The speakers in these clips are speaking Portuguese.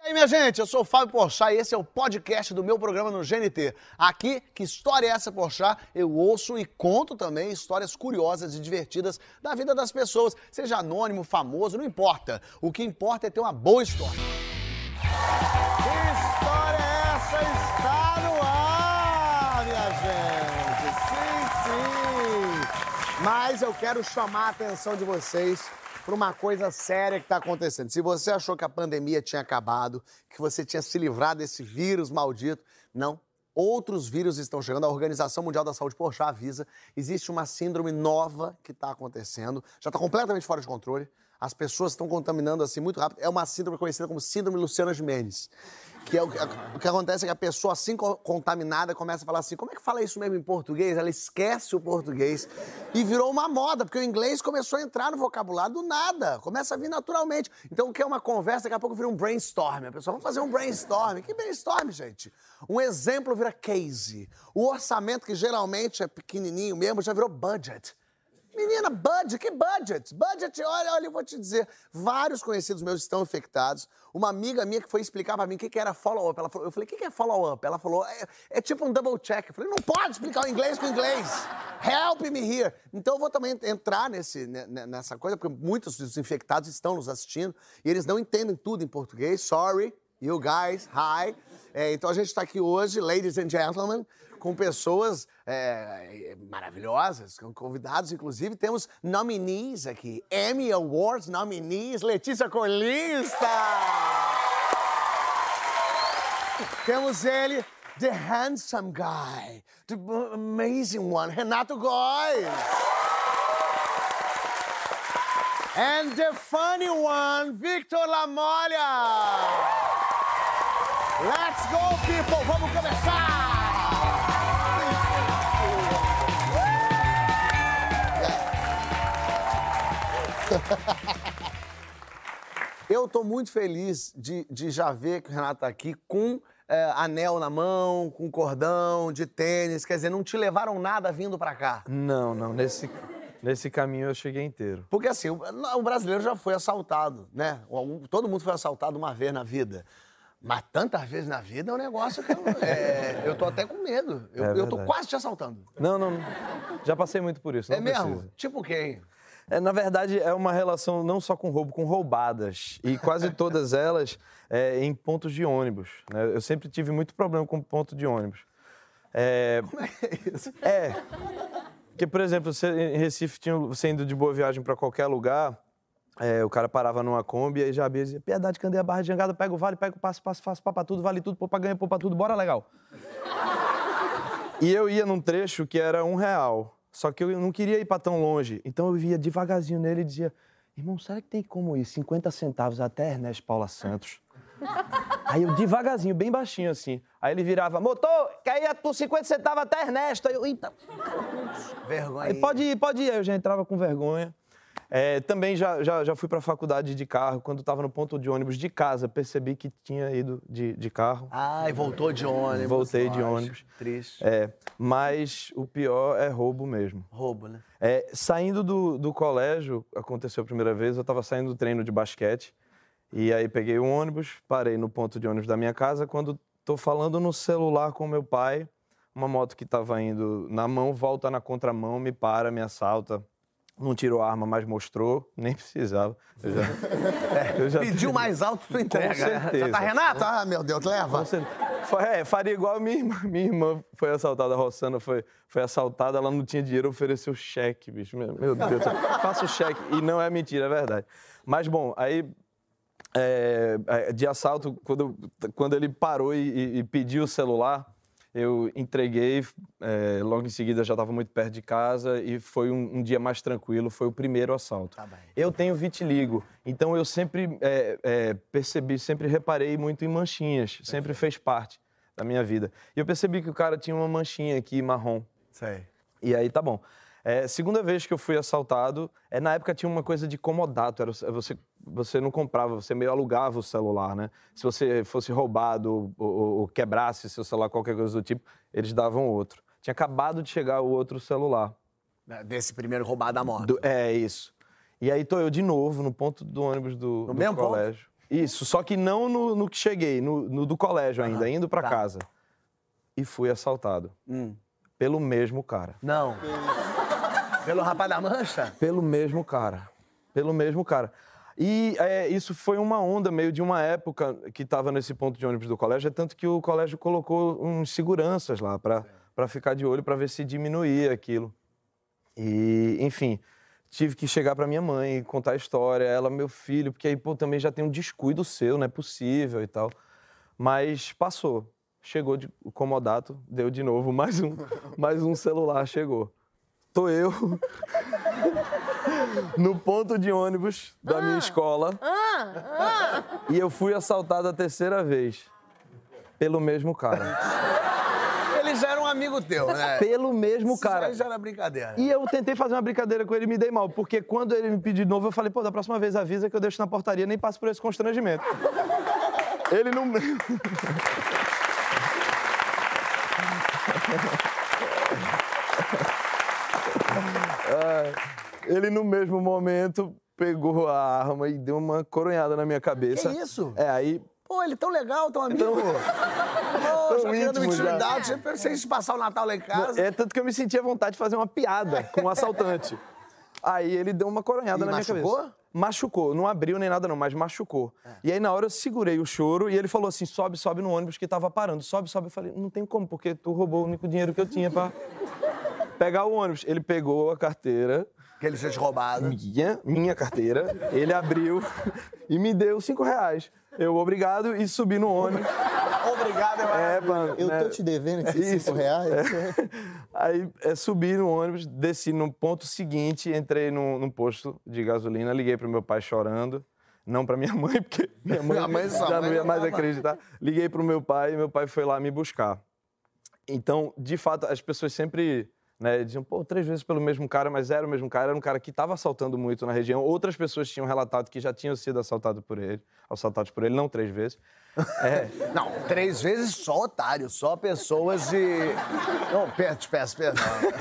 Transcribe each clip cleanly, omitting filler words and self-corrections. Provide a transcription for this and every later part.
E aí, minha gente, eu sou o Fábio Porchat e esse é o podcast do meu programa no GNT. Aqui, Que História é Essa, Porchat? Eu ouço e conto também histórias curiosas e divertidas da vida das pessoas, seja anônimo, famoso, não importa. O que importa é ter uma boa história. Que história é essa? Está no ar, minha gente! Sim, sim! Mas eu quero chamar a atenção de vocês para uma coisa séria que está acontecendo. Se você achou que a pandemia tinha acabado, que você tinha se livrado desse vírus maldito, não. Outros vírus estão chegando. A Organização Mundial da Saúde, Porchat, avisa. Existe uma síndrome nova que está acontecendo. Já está completamente fora de controle. As pessoas estão contaminando assim muito rápido. É uma síndrome conhecida como síndrome Luciana Gimenez. Que é o que acontece é que a pessoa, assim contaminada, começa a falar assim, como é que fala isso mesmo em português? Ela esquece o português e virou uma moda, porque o inglês começou a entrar no vocabulário do nada, começa a vir naturalmente. Então, o que é uma conversa, daqui a pouco vira um brainstorm. A pessoa, vamos fazer um brainstorm. Que brainstorm, gente? Um exemplo vira case. O orçamento, que geralmente é pequenininho mesmo, já virou budget. Menina, budget, que budget? Budget, olha, eu vou te dizer, vários conhecidos meus estão infectados. Uma amiga minha que foi explicar pra mim o que era follow-up. Eu falei, o que é follow-up? Ela falou, é tipo um double check. Eu falei, não pode explicar o inglês com o inglês. Help me here. Então eu vou também entrar nessa coisa, porque muitos dos infectados estão nos assistindo e eles não entendem tudo em português. Sorry, you guys, hi. Então a gente tá aqui hoje, ladies and gentlemen, com pessoas maravilhosas, com convidados, inclusive. Temos nominees aqui, Emmy Awards nominees, Letícia Colista. Temos ele, the handsome guy, the amazing one, Renato Góes. And the funny one, Victor Lamalha. Let's go, people! Vamos começar! Eu tô muito feliz de já ver que o Renato tá aqui com anel na mão, com cordão, de tênis. Quer dizer, não te levaram nada vindo pra cá? Não. Nesse caminho eu cheguei inteiro. Porque assim, o brasileiro já foi assaltado, né? Todo mundo foi assaltado uma vez na vida. Mas tantas vezes na vida é um negócio que eu tô até com medo. Eu tô quase te assaltando. Não. Já passei muito por isso. Não mesmo? precisa. Tipo quem? Na verdade, é uma relação não só com roubo, com roubadas. E quase todas elas em pontos de ônibus, né? Eu sempre tive muito problema com ponto de ônibus. Como é que é isso? Porque, por exemplo, em Recife, você indo de Boa Viagem para qualquer lugar, o cara parava numa Kombi e já abria e dizia, Piedade, Candeia, Barra de Jangada, pega o vale, pega o passo, faço pra tudo, vale tudo, poupa ganha, poupa tudo, bora legal. E eu ia num trecho que era R$1. Só que eu não queria ir pra tão longe. Então eu ia devagarzinho nele e dizia, irmão, será que tem como ir 50 centavos até Ernesto Paula Santos? Aí eu devagarzinho, bem baixinho assim. Aí ele virava, motor, quer ir por 50 centavos até Ernesto? Aí eu, eita. Vergonha. Aí pode ir. Aí eu já entrava com vergonha. Também já fui pra faculdade de carro. Quando tava no ponto de ônibus de casa, percebi que tinha ido de carro. E voltou de ônibus. Voltei de ônibus. Triste. Mas o pior é roubo mesmo. Roubo, né? Saindo do colégio, aconteceu a primeira vez, eu tava saindo do treino de basquete. E aí peguei o ônibus, parei no ponto de ônibus da minha casa. Quando tô falando no celular com meu pai, uma moto que tava indo na mão, volta na contramão, me para, me assalta. Não tirou a arma, mas mostrou. Nem precisava. Eu já Pediu mais alto, tu entrega. Com certeza. Já tá, Renato? Meu Deus, leva. Faria igual a minha irmã foi assaltada, a Rossana foi assaltada, ela não tinha dinheiro, ofereceu cheque, bicho. Meu Deus, faço cheque. E não é mentira, é verdade. Mas, bom, aí, de assalto, quando ele parou e pediu o celular, eu entreguei, logo em seguida já estava muito perto de casa e foi um dia mais tranquilo, foi o primeiro assalto. Tá bem. Eu tenho vitiligo, então eu sempre percebi, sempre reparei muito em manchinhas, sempre fez parte da minha vida. E eu percebi que o cara tinha uma manchinha aqui marrom. Sei. E aí, tá bom. Segunda vez que eu fui assaltado, na época tinha uma coisa de comodato, você não comprava, você meio alugava o celular, né? Se você fosse roubado ou quebrasse seu celular, qualquer coisa do tipo, eles davam outro. Tinha acabado de chegar o outro celular. Desse primeiro roubado da moto. Isso. E aí tô eu de novo no ponto do ônibus do mesmo colégio. Isso, só que não no que cheguei, no do colégio ainda, indo pra casa. E fui assaltado. Pelo mesmo cara. Não. Pelo rapaz da mancha? Pelo mesmo cara. Pelo mesmo cara. E isso foi uma onda meio de uma época que estava nesse ponto de ônibus do colégio, tanto que o colégio colocou uns seguranças lá para ficar de olho, para ver se diminuía aquilo. E, enfim, tive que chegar para minha mãe e contar a história. Ela, meu filho, porque aí, pô, também já tem um descuido seu, não é possível e tal. Mas passou. Chegou o comodato, deu de novo, mais um celular chegou. Tô eu no ponto de ônibus da minha escola e eu fui assaltado a terceira vez pelo mesmo cara. Ele já era um amigo teu, né? Pelo mesmo cara. Isso já era brincadeira. E eu tentei fazer uma brincadeira com ele e me dei mal, porque quando ele me pediu de novo, eu falei, pô, da próxima vez avisa que eu deixo na portaria, nem passo por esse constrangimento. Ele não... Ele, no mesmo momento, pegou a arma e deu uma coronhada na minha cabeça. Que isso? Aí... Pô, ele é tão legal, tão amigo. Pô, já criando uma intimidade, já pensei em passar o Natal lá em casa. Tanto que eu me sentia vontade de fazer uma piada com o assaltante. Aí ele deu uma coronhada na minha cabeça. Machucou? Não abriu nem nada não, mas machucou. E aí na hora eu segurei o choro e ele falou assim, sobe no ônibus que tava parando. Sobe. Eu falei, não tem como, porque tu roubou o único dinheiro que eu tinha pra pegar o ônibus. Ele pegou a carteira... Que ele tinha te roubado. Minha carteira. Ele abriu e me deu R$5. Eu, obrigado, e subi no ônibus. Obrigado, mano. Eu tô te devendo esses R$5. Aí subi no ônibus, desci no ponto seguinte, entrei num posto de gasolina, liguei pro meu pai chorando. Não pra minha mãe, porque minha mãe já não ia mais acreditar. Liguei pro meu pai e meu pai foi lá me buscar. Então, de fato, as pessoas sempre... né, diziam, pô, 3 vezes pelo mesmo cara, mas era o mesmo cara, era um cara que estava assaltando muito na região. Outras pessoas tinham relatado que já tinham sido assaltados por ele, não 3 vezes. Não, 3 vezes só otário, só pessoas de... Não, te peço perdão.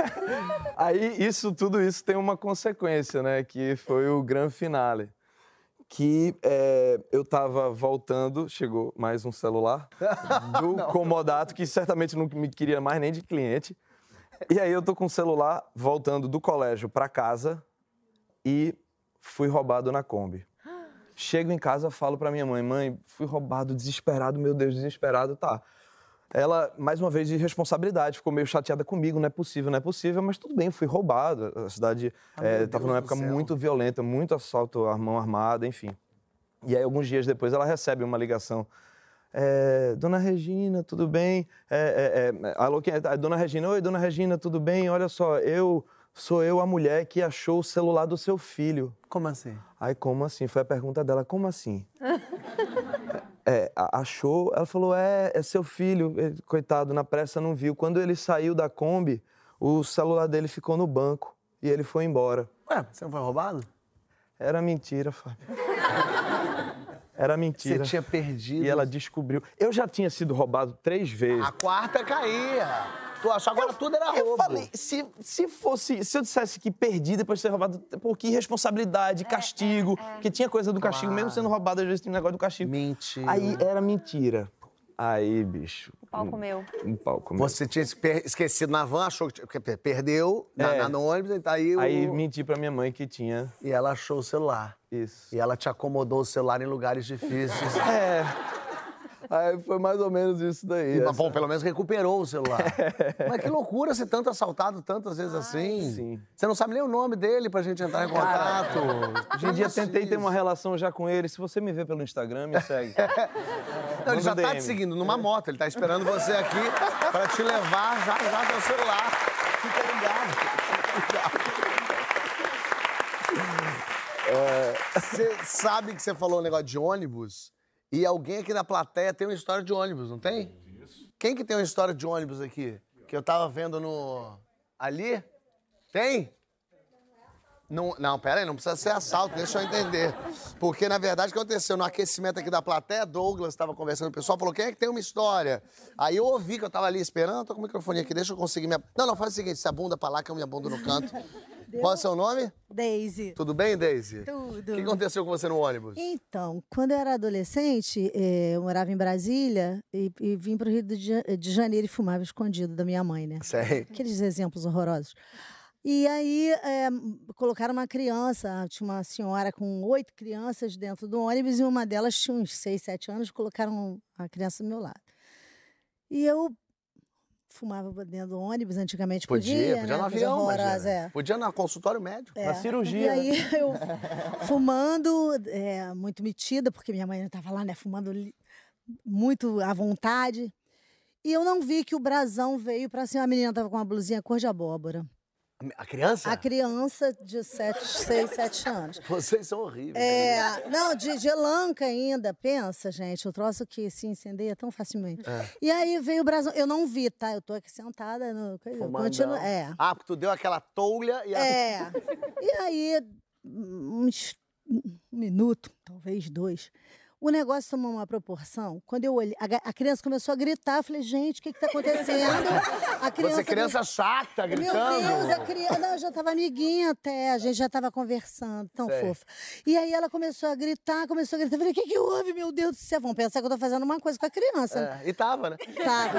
Aí, tudo isso tem uma consequência, né, que foi o grande finale. Que eu tava voltando, chegou mais um celular do comodato, que certamente não me queria mais nem de cliente. E aí eu tô com o celular voltando do colégio pra casa e fui roubado na Kombi. Chego em casa, falo pra minha mãe, mãe, fui roubado, desesperado, meu Deus, desesperado, tá. Ela, mais uma vez, de responsabilidade, ficou meio chateada comigo, não é possível, mas tudo bem, fui roubado. A cidade tava numa época muito violenta, muito assalto à mão armada, enfim. E aí, alguns dias depois, ela recebe uma ligação. Dona Regina, tudo bem? Alô, quem é? Dona Regina, oi, Dona Regina, tudo bem? Olha só, sou eu a mulher que achou o celular do seu filho. Como assim? Aí, como assim? Foi a pergunta dela, como assim? Achou, ela falou, é seu filho, ele, coitado, na pressa não viu. Quando ele saiu da Kombi, o celular dele ficou no banco e ele foi embora. Ué, você não foi roubado? Era mentira, Fábio. Era mentira. Você tinha perdido. E ela descobriu. Eu já tinha sido roubado 3 vezes. A quarta caía. Tu achou agora tudo era roubo. Eu falei, se eu dissesse que perdi depois de ser roubado, pô, que irresponsabilidade, castigo. Porque tinha coisa do castigo, mesmo sendo roubado, às vezes tinha um negócio do castigo. Mentira. Aí era mentira. Aí, bicho. O pau comeu. Um pau comeu. Você tinha esquecido na van, achou que perdeu no ônibus, então Aí menti pra minha mãe que tinha. E ela achou o celular. Isso. E ela te acomodou o celular em lugares difíceis. Aí foi mais ou menos isso daí. Bom, pelo menos recuperou o celular. Mas que loucura ser tanto assaltado tantas vezes assim. Sim. Você não sabe nem o nome dele pra gente entrar em contato. Hoje em dia tentei ter uma relação já com ele. Se você me vê pelo Instagram, me segue. Não, ele já tá te seguindo numa moto. Ele tá esperando você aqui pra te levar já até o celular. Fica ligado. Você sabe que você falou um negócio de ônibus e alguém aqui na plateia tem uma história de ônibus, não tem? Isso. Quem que tem uma história de ônibus aqui? Que eu tava vendo no... Ali? Tem? Não, pera aí, não precisa ser assalto, deixa eu entender. Porque, na verdade, o que aconteceu no aquecimento aqui da plateia, Douglas estava conversando com o pessoal, falou, quem é que tem uma história? Aí eu ouvi que eu tava ali esperando, tô com o microfone aqui, deixa eu conseguir minha... Não, faz o seguinte, se a bunda pra lá, que eu me abundo no canto. Qual é o seu nome? Deise. Tudo bem, Deise? Tudo. O que aconteceu com você no ônibus? Então, quando eu era adolescente, eu morava em Brasília e vim para o Rio de Janeiro e fumava escondido da minha mãe, né? Sei. Aqueles exemplos horrorosos. E aí colocaram uma criança, tinha uma senhora com 8 crianças dentro do ônibus e uma delas tinha uns 6, 7 anos, colocaram a criança do meu lado. E eu fumava dentro do ônibus, antigamente podia, Podia né? no Coisa avião, horrorosa, imagina. Podia no consultório médico. Na cirurgia. E aí eu fumando, muito metida, porque minha mãe estava lá, né, fumando muito à vontade. E eu não vi que o brasão veio para cima. A menina estava com uma blusinha cor de abóbora. A criança? A criança de 6, 7 anos. Vocês são horríveis. Não, de elanca ainda. Pensa, gente, o troço que se incendeia tão facilmente. E aí veio o brasão. Eu não vi, tá? Eu tô aqui sentada. Continuo, Ah, porque tu deu aquela toulha e... E aí, uns 1 minuto, talvez 2... O negócio tomou uma proporção. Quando eu olhei, a criança começou a gritar. Eu falei, gente, o que está acontecendo? A criança, Você criança chata, gritando. Meu Deus, a criança... Não, eu já estava amiguinha até, a gente já estava conversando, tão fofa. E aí ela começou a gritar. Eu falei, o que houve, meu Deus do céu? Vão pensar que eu estou fazendo uma coisa com a criança. Né? E tava, né? Tava.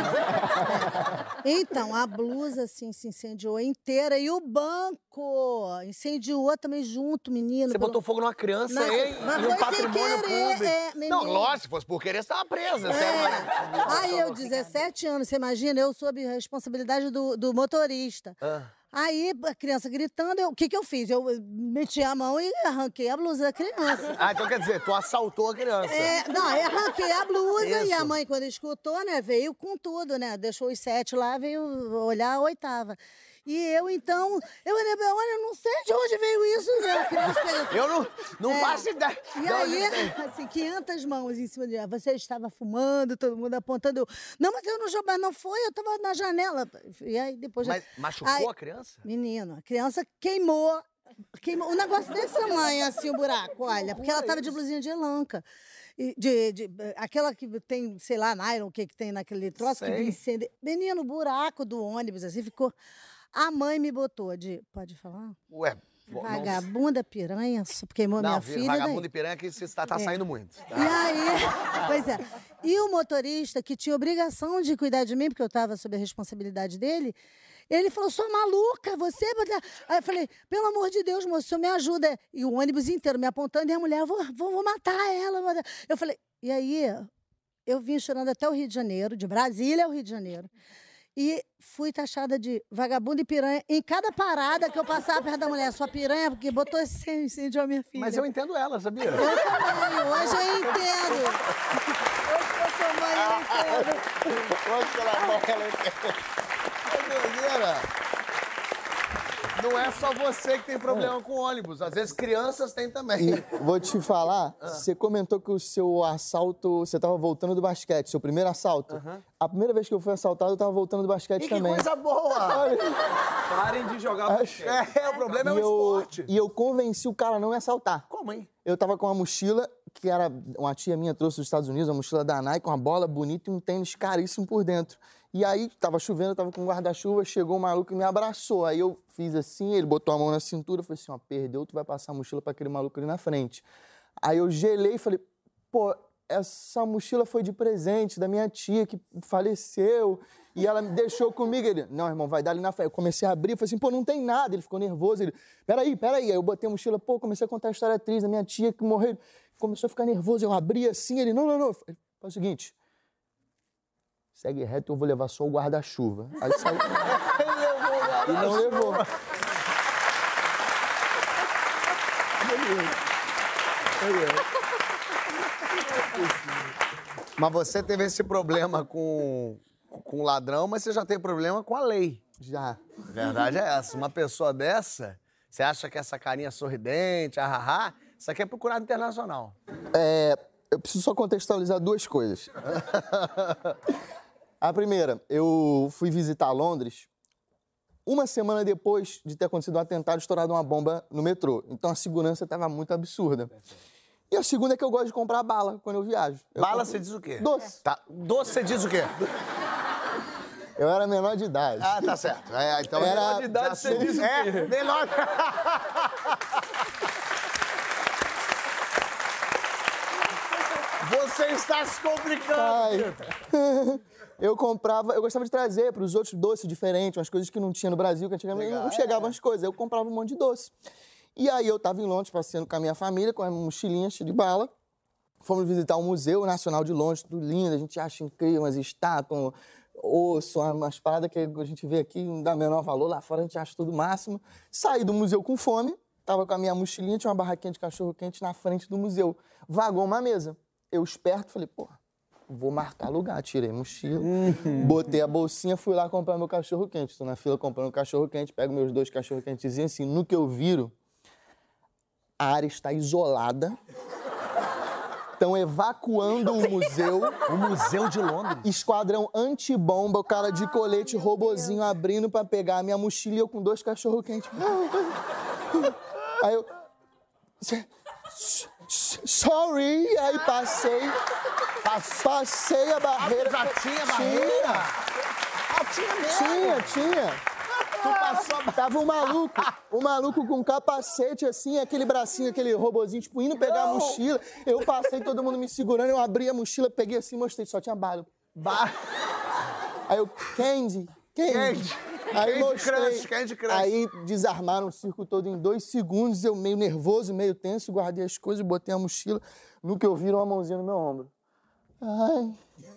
Então, a blusa, assim, se incendiou inteira. E o banco incendiou também junto, menino. Você botou fogo numa criança e um patrimônio público. Não, lógico, se fosse por querer, você estava presa. Aí eu, 17 anos, você imagina, eu sob responsabilidade do motorista. Aí a criança gritando, o que eu fiz? Eu meti a mão e arranquei a blusa da criança. Então quer dizer, tu assaltou a criança. Não, eu arranquei a blusa e a mãe, quando escutou, né, veio com tudo, né? Deixou os 7 lá, veio olhar a 8ª. E eu, então, olha, eu não sei de onde veio isso, né? Eu não faço ideia. E aí, assim, 500 mãos em cima de ela. Você estava fumando, todo mundo apontando. Não, mas eu não joguei, mas não foi, eu estava na janela. E aí, depois... Mas machucou a criança? Menino, a criança queimou um negócio desse tamanho, assim, o buraco, olha. Porque ela estava de blusinha de elanca. Aquela que tem, sei lá, nylon, o que tem naquele troço que incendeia. Menino, o buraco do ônibus, assim, ficou... A mãe me botou Pode falar? Ué, vagabunda, piranha, só porque queimou minha filha. Vagabunda e piranha que você tá saindo muito. Tá? E aí, pois é. E o motorista, que tinha obrigação de cuidar de mim, porque eu estava sob a responsabilidade dele, ele falou, sou maluca, você... Aí eu falei, pelo amor de Deus, moço, o senhor me ajuda. E o ônibus inteiro me apontando, e a mulher, vou matar ela. Eu falei, e aí, eu vim chorando até o Rio de Janeiro, de Brasília ao Rio de Janeiro. E fui taxada de vagabunda e piranha em cada parada que eu passava perto da mulher. Sua piranha, porque botou esse incêndio a minha filha. Mas eu entendo ela, sabia? Eu também, hoje eu entendo. Hoje que eu sou mãe, eu entendo. Hoje que ela é mãe, ela entende. Doideira. Não é só você que tem problema com ônibus. Às vezes crianças têm também. Vou te falar, você comentou que o seu assalto, você estava voltando do basquete, seu primeiro assalto. A primeira vez que eu fui assaltado, eu estava voltando do basquete também. Que coisa boa! Parem de jogar basquete. O problema é o esporte. E eu convenci o cara a não me assaltar. Como, hein? Eu tava com uma mochila, que era uma tia minha trouxe dos Estados Unidos, uma mochila da Nike, uma bola bonita e um tênis caríssimo por dentro. E aí, tava chovendo, eu tava com um guarda-chuva, chegou um maluco e me abraçou. Aí eu fiz assim, ele botou a mão na cintura, falei assim, perdeu, tu vai passar a mochila pra aquele maluco ali na frente. Aí eu gelei e falei, pô, essa mochila foi de presente da minha tia que faleceu e ela me deixou comigo. Ele, não, irmão, vai dar ali na frente. Eu comecei a abrir, eu falei assim, pô, não tem nada. Ele ficou nervoso, ele, peraí. Aí eu botei a mochila, pô, comecei a contar a história triste da minha tia que morreu. Começou a ficar nervoso, eu abri assim, ele, não. Faz o seguinte, segue reto, eu vou levar só o guarda-chuva. Aí saiu. E não levou. Mas você teve esse problema com ladrão, mas você já tem problema com a lei. Já. A verdade é essa. Uma pessoa dessa, você acha que essa carinha sorridente, isso aqui é procurado internacional. Eu preciso só contextualizar 2 coisas. A primeira, eu fui visitar Londres 1 semana depois de ter acontecido um atentado, estourado uma bomba no metrô. Então a segurança estava muito absurda. E a segunda é que eu gosto de comprar bala quando eu viajo. Bala, você diz o quê? Doce. Tá. Doce, você diz o quê? Eu era menor de idade. Ah, tá certo. Então Era- Menor de idade, já você sei. diz o quê? Menor... Você está se complicando, Ai. Vitor. Eu gostava de trazer para os outros doces diferentes, umas coisas que não tinha no Brasil, que antigamente Legal, não chegavam as coisas. Eu comprava um monte de doce. E aí eu estava em Londres passeando com a minha família, com a mochilinha cheia de bala. Fomos visitar o Museu Nacional de Londres, tudo lindo, a gente acha incrível, umas estátuas, osso, umas paradas que a gente vê aqui, não dá menor valor, lá fora a gente acha tudo máximo. Saí do museu com fome, tava com a minha mochilinha, tinha uma barraquinha de cachorro-quente na frente do museu. Vagou uma mesa. Eu esperto, falei, pô, vou marcar lugar. Tirei a mochila, botei a bolsinha, fui lá comprar meu cachorro-quente. Estou na fila comprando cachorro-quente, pego meus 2 cachorro-quentezinhos, assim, no que eu viro, a área está isolada. Estão evacuando o museu. O Museu de Londres. Esquadrão antibomba, o cara de colete, robozinho abrindo pra pegar a minha mochila e eu com 2 cachorro-quentes. Aí eu... Sorry! Aí passei a barreira. Já tinha barreira? Ah, tinha mesmo? Tinha. Tu passou... Tava um maluco com um capacete assim, aquele bracinho, aquele robozinho, tipo, indo pegar a mochila. Eu passei, todo mundo me segurando, eu abri a mochila, peguei assim, mostrei, só tinha bala. Aí eu, Candy. Aí mostrei. Candy Crush. Aí desarmaram o circo todo em 2 segundos, eu meio nervoso, meio tenso, guardei as coisas, botei a mochila, no que eu viro uma mãozinha no meu ombro. Ai.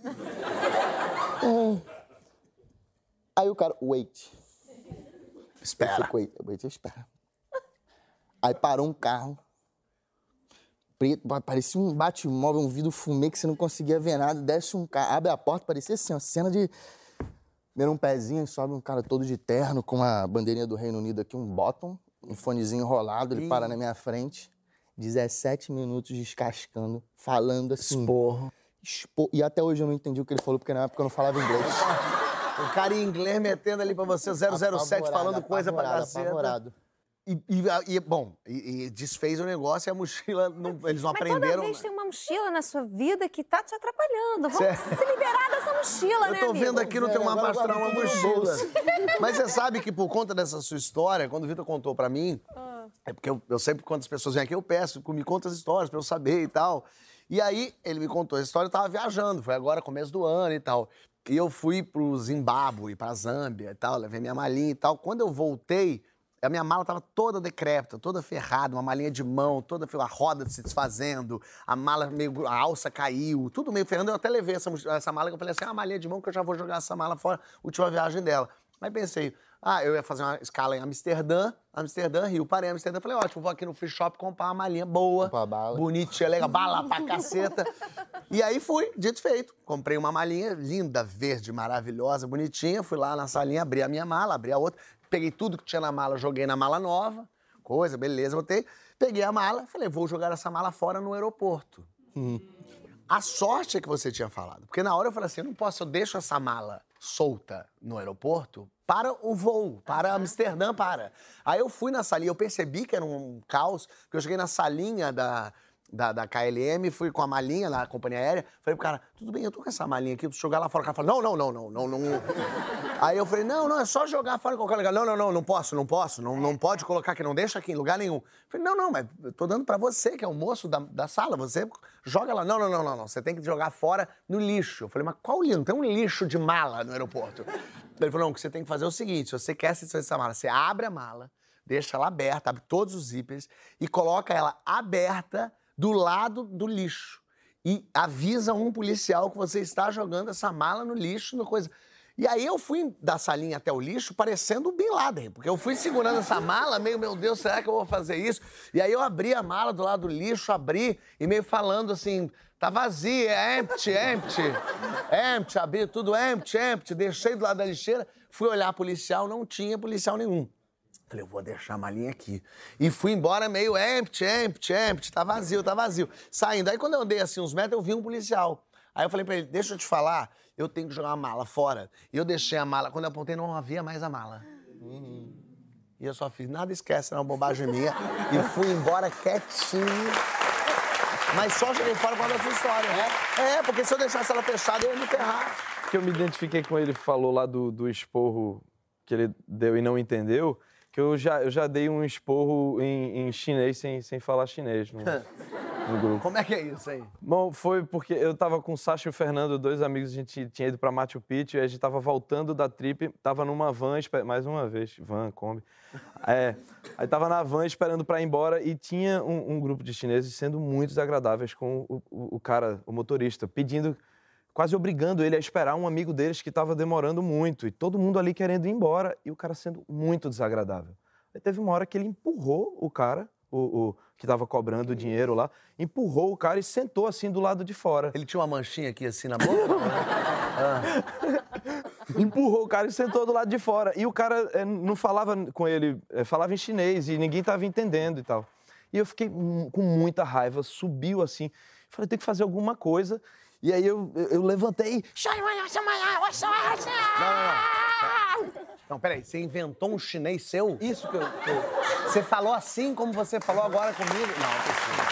Aí o cara, wait. Espera. Wait, espera. Aí parou um carro, preto, parecia um bate-móvel, um vidro fumê que você não conseguia ver nada, desce um carro, abre a porta, parecia assim, uma cena de... Primeiro um pezinho, sobe um cara todo de terno, com a bandeirinha do Reino Unido aqui, um bottom, um fonezinho enrolado, ele para na minha frente, 17 minutos descascando, falando assim... E até hoje eu não entendi o que ele falou, porque na época eu não falava inglês. O cara em inglês metendo ali pra você 007, falando coisa pra caceta. Apavorado. E desfez o negócio e a mochila, eles não Mas aprenderam. toda vez tem uma mochila na sua vida que tá te atrapalhando. Vamos Certo. se liberar dessa mochila, Eu né, tô amigo? vendo aqui no teu mapa agora astral uma guarda tudo no mochila. bolso. Mas você sabe que por conta dessa sua história, quando o Vitor contou pra mim, é porque eu sempre, quando as pessoas vêm aqui, eu peço, me conta as histórias pra eu saber e tal. E aí, ele me contou a história, eu tava viajando, foi agora, começo do ano e tal. E eu fui pro Zimbábue, pra Zâmbia e tal, levei minha malinha e tal. Quando eu voltei, a minha mala tava toda decrépita, toda ferrada, uma malinha de mão, toda a roda se desfazendo, a mala meio, a alça caiu, tudo meio ferrando. Eu até levei essa mala, que eu falei assim, uma malinha de mão que eu já vou jogar essa mala fora, última viagem dela. Mas pensei, eu ia fazer uma escala em Amsterdã, Rio. Parei em Amsterdã, falei, ótimo, vou aqui no free shop comprar uma malinha boa, Comprar bala. bonitinha, legal, bala pra caceta. E aí fui, dito feito. Comprei uma malinha linda, verde, maravilhosa, bonitinha. Fui lá na salinha, abri a minha mala, abri a outra. Peguei tudo que tinha na mala, joguei na mala nova. Coisa, beleza, botei. Peguei a mala, falei, vou jogar essa mala fora no aeroporto. A sorte é que você tinha falado. Porque na hora eu falei assim, eu não posso, eu deixo essa mala solta no aeroporto para o voo, para Amsterdã, para. Aí eu fui na salinha, eu percebi que era um caos, porque eu cheguei na salinha da KLM, fui com a malinha na companhia aérea, falei pro cara, tudo bem, eu tô com essa malinha aqui, preciso jogar lá fora. O cara falou, não. Aí eu falei, não, é só jogar fora em qualquer lugar. Não posso, não pode colocar aqui, não deixa aqui em lugar nenhum. Eu falei, não, mas eu tô dando pra você, que é o moço da sala, você joga lá. Não, você tem que jogar fora no lixo. Eu falei, mas qual lixo? Não tem um lixo de mala no aeroporto. Ele falou, não, o que você tem que fazer é o seguinte, se você quer satisfazer essa mala, você abre a mala, deixa ela aberta, abre todos os zíperes e coloca ela aberta do lado do lixo. E avisa um policial que você está jogando essa mala no lixo, no coisa. E aí eu fui da salinha até o lixo parecendo o Bin Laden, porque eu fui segurando essa mala, meio, meu Deus, será que eu vou fazer isso? E aí eu abri a mala do lado do lixo, e meio falando assim, tá vazia, é empty, abri tudo empty, deixei do lado da lixeira, fui olhar policial, não tinha policial nenhum. Falei, eu vou deixar a malinha aqui. E fui embora meio empty, tá vazio. Saindo. Aí quando eu andei assim uns metros, eu vi um policial. Aí eu falei pra ele, deixa eu te falar, eu tenho que jogar a mala fora. E eu deixei a mala, quando eu apontei não havia mais a mala. E eu só fiz, nada esquece, era uma bobagem minha. E fui embora quietinho. Mas só joguei fora por causa da sua história. É, porque se eu deixasse ela fechada, eu ia me ferrar. Que eu me identifiquei com ele, falou lá do esporro que ele deu e não entendeu, que eu já dei um esporro em chinês sem falar chinês no grupo. Como é que é isso aí? Bom, foi porque eu tava com o Sacha e o Fernando, 2 amigos, a gente tinha ido pra Machu Picchu, e a gente tava voltando da trip, tava numa van, mais uma vez, van, Kombi. Aí tava na van esperando pra ir embora e tinha um grupo de chineses sendo muito desagradáveis com o cara, o motorista, pedindo, quase obrigando ele a esperar um amigo deles que tava demorando muito, e todo mundo ali querendo ir embora, e o cara sendo muito desagradável. Aí teve uma hora que ele empurrou o cara, o que tava cobrando o dinheiro lá, empurrou o cara e sentou assim do lado de fora. Ele tinha uma manchinha aqui assim na boca? Empurrou o cara e sentou do lado de fora. E o cara não falava com ele, falava em chinês e ninguém tava entendendo e tal. E eu fiquei com muita raiva, subiu assim, falei, tem que fazer alguma coisa. E aí eu levantei. Não, peraí, você inventou um chinês seu? Isso que eu... Você falou assim como você falou agora comigo? Não, é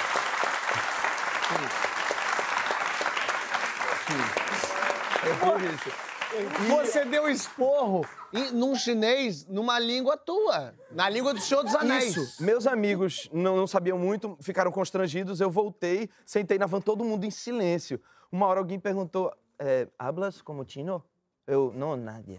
possível. Você deu esporro num chinês, numa língua tua, na língua do Senhor dos Anéis. Isso. Meus amigos não sabiam muito, ficaram constrangidos, eu voltei, sentei na van, todo mundo em silêncio. Uma hora alguém perguntou, hablas como chino? Eu, não, nada.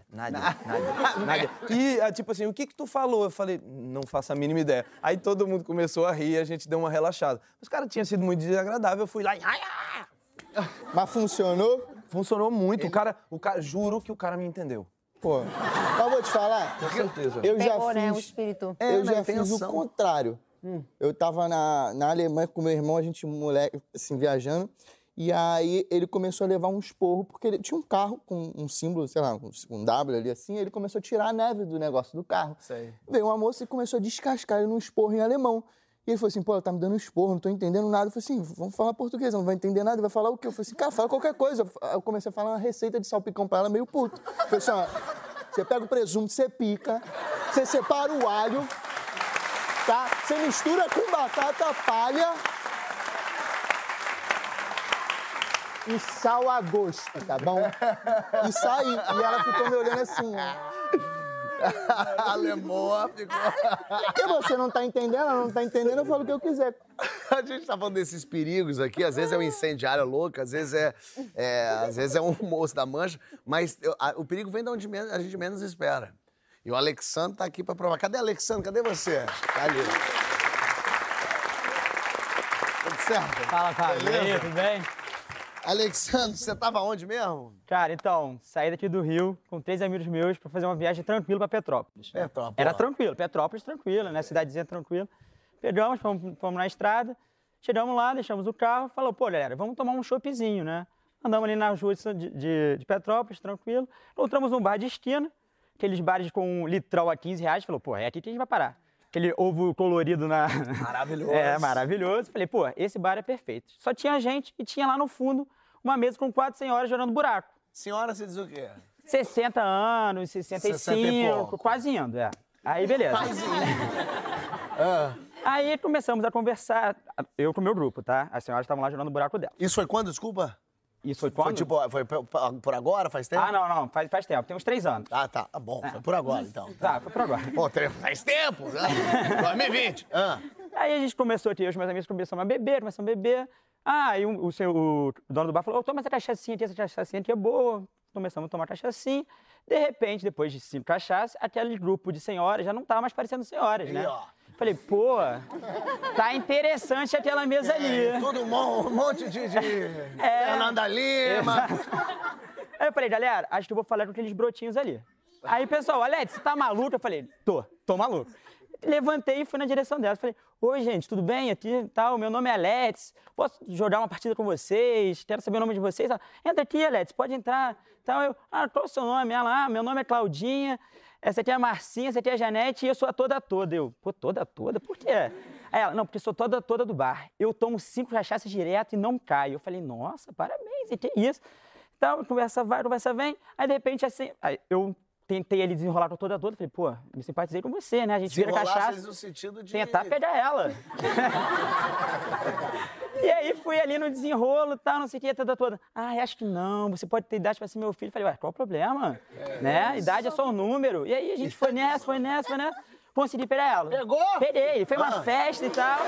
E, tipo assim, o que tu falou? Eu falei, não faço a mínima ideia. Aí todo mundo começou a rir e a gente deu uma relaxada. Os caras tinham sido muito desagradável, eu fui lá e... Mas funcionou? Funcionou muito. O cara, juro que o cara me entendeu. Pô, mas vou te falar. Com certeza. Eu já Pegou, né, o fiz... espírito. Eu já fiz o contrário. Eu tava na Alemanha com meu irmão, a gente, moleque, assim, viajando. E aí ele começou a levar um esporro, porque ele tinha um carro com um símbolo, sei lá, um W ali assim, ele começou a tirar a neve do negócio do carro. Sei. Veio uma moça e começou a descascar ele num esporro em alemão. E ele falou assim, pô, ela tá me dando um esporro, não tô entendendo nada. Eu falei assim, vamos falar português, não vai entender nada, vai falar o quê? Eu falei assim, cara, fala qualquer coisa. Eu comecei a falar uma receita de salpicão pra ela, meio puto. Eu falei assim, ó, você pega o presunto, você pica, você separa o alho, tá? Você mistura com batata palha... e sal a gosto, tá bom? E saí. E ela ficou me olhando assim, ó. A Lemoa ficou... Porque você não tá entendendo, ela não tá entendendo, eu falo o que eu quiser. A gente tá falando desses perigos aqui, às vezes é um incendiário louco, às vezes é um moço da mancha, mas o perigo vem de onde a gente menos espera. E o Alexandre tá aqui pra provar. Cadê o Alexandre? Cadê você? Tá ali. Tudo certo? Fala, Fábio. E aí, tudo bem? Alexandre, você tava onde mesmo? Cara, então, saí daqui do Rio com 3 amigos meus pra fazer uma viagem tranquila pra Petrópolis. Petrópolis. Era tranquilo, Petrópolis tranquila, né? Cidadezinha tranquila. Pegamos, fomos na estrada, chegamos lá, deixamos o carro, falou, pô, galera, vamos tomar um choppzinho, né? Andamos ali nas ruas de Petrópolis, tranquilo. Encontramos um bar de esquina, aqueles bares com litrol a R$15. Falou, pô, é aqui que a gente vai parar. Aquele ovo colorido na... Maravilhoso. É, maravilhoso. Falei, pô, esse bar é perfeito. Só tinha gente e tinha lá no fundo uma mesa com 4 senhoras jogando buraco. Senhora, você diz o quê? 60 anos, 65, 60 e pouco. quase indo, é. Aí, beleza. Aí começamos a conversar, eu com o meu grupo, tá? As senhoras estavam lá jogando o buraco dela. Isso foi quando, desculpa? Isso foi quando? Foi tipo, foi por agora, faz tempo? Ah, não, faz tempo, tem uns 3 anos. Ah, tá, bom, foi por agora, então. Tá, foi por agora. Pô, faz tempo, né? 2020. Aí a gente começou aqui, os meus amigos começamos a beber. Ah, e o dono do bar falou, toma essa cachaçinha aqui, essa cachaçinha aqui é boa. Começamos a tomar cachaçinha. De repente, depois de 5 cachaças, aquele grupo de senhoras já não tava mais parecendo senhoras, né? ó. Falei, pô, tá interessante aquela mesa ali. Tudo um monte de Fernanda Lima. Aí eu falei, galera, acho que eu vou falar com aqueles brotinhos ali. Aí o pessoal, Alex, você tá maluco? Eu falei, tô maluco. Levantei e fui na direção dela. Falei, oi, gente, tudo bem? Aqui, tal, meu nome é Alex. Posso jogar uma partida com vocês? Quero saber o nome de vocês. Entra aqui, Alex, pode entrar. Tal, qual é o seu nome? Ela, meu nome é Claudinha. Essa aqui é a Marcinha, essa aqui é a Janete e eu sou a toda? Eu, pô, toda? Por quê? Aí ela, não, porque eu sou toda do bar. Eu tomo 5 cachaças direto e não caio. Eu falei, nossa, parabéns, e que isso? Então, conversa vai, conversa vem. Aí, de repente, assim, aí eu tentei ali desenrolar com toda. Falei, pô, me simpatizei com você, né? A gente vira cachaça. No sentido de... Tentar pegar ela. E aí fui ali no desenrolo e tal, não sei o que, toda. Ah, acho que não, você pode ter idade pra ser meu filho. Falei, ué, qual o problema? Né? Idade é só um número. E aí a gente foi nessa. Consegui pegar ela. Pegou? Peguei. Foi uma festa e tal.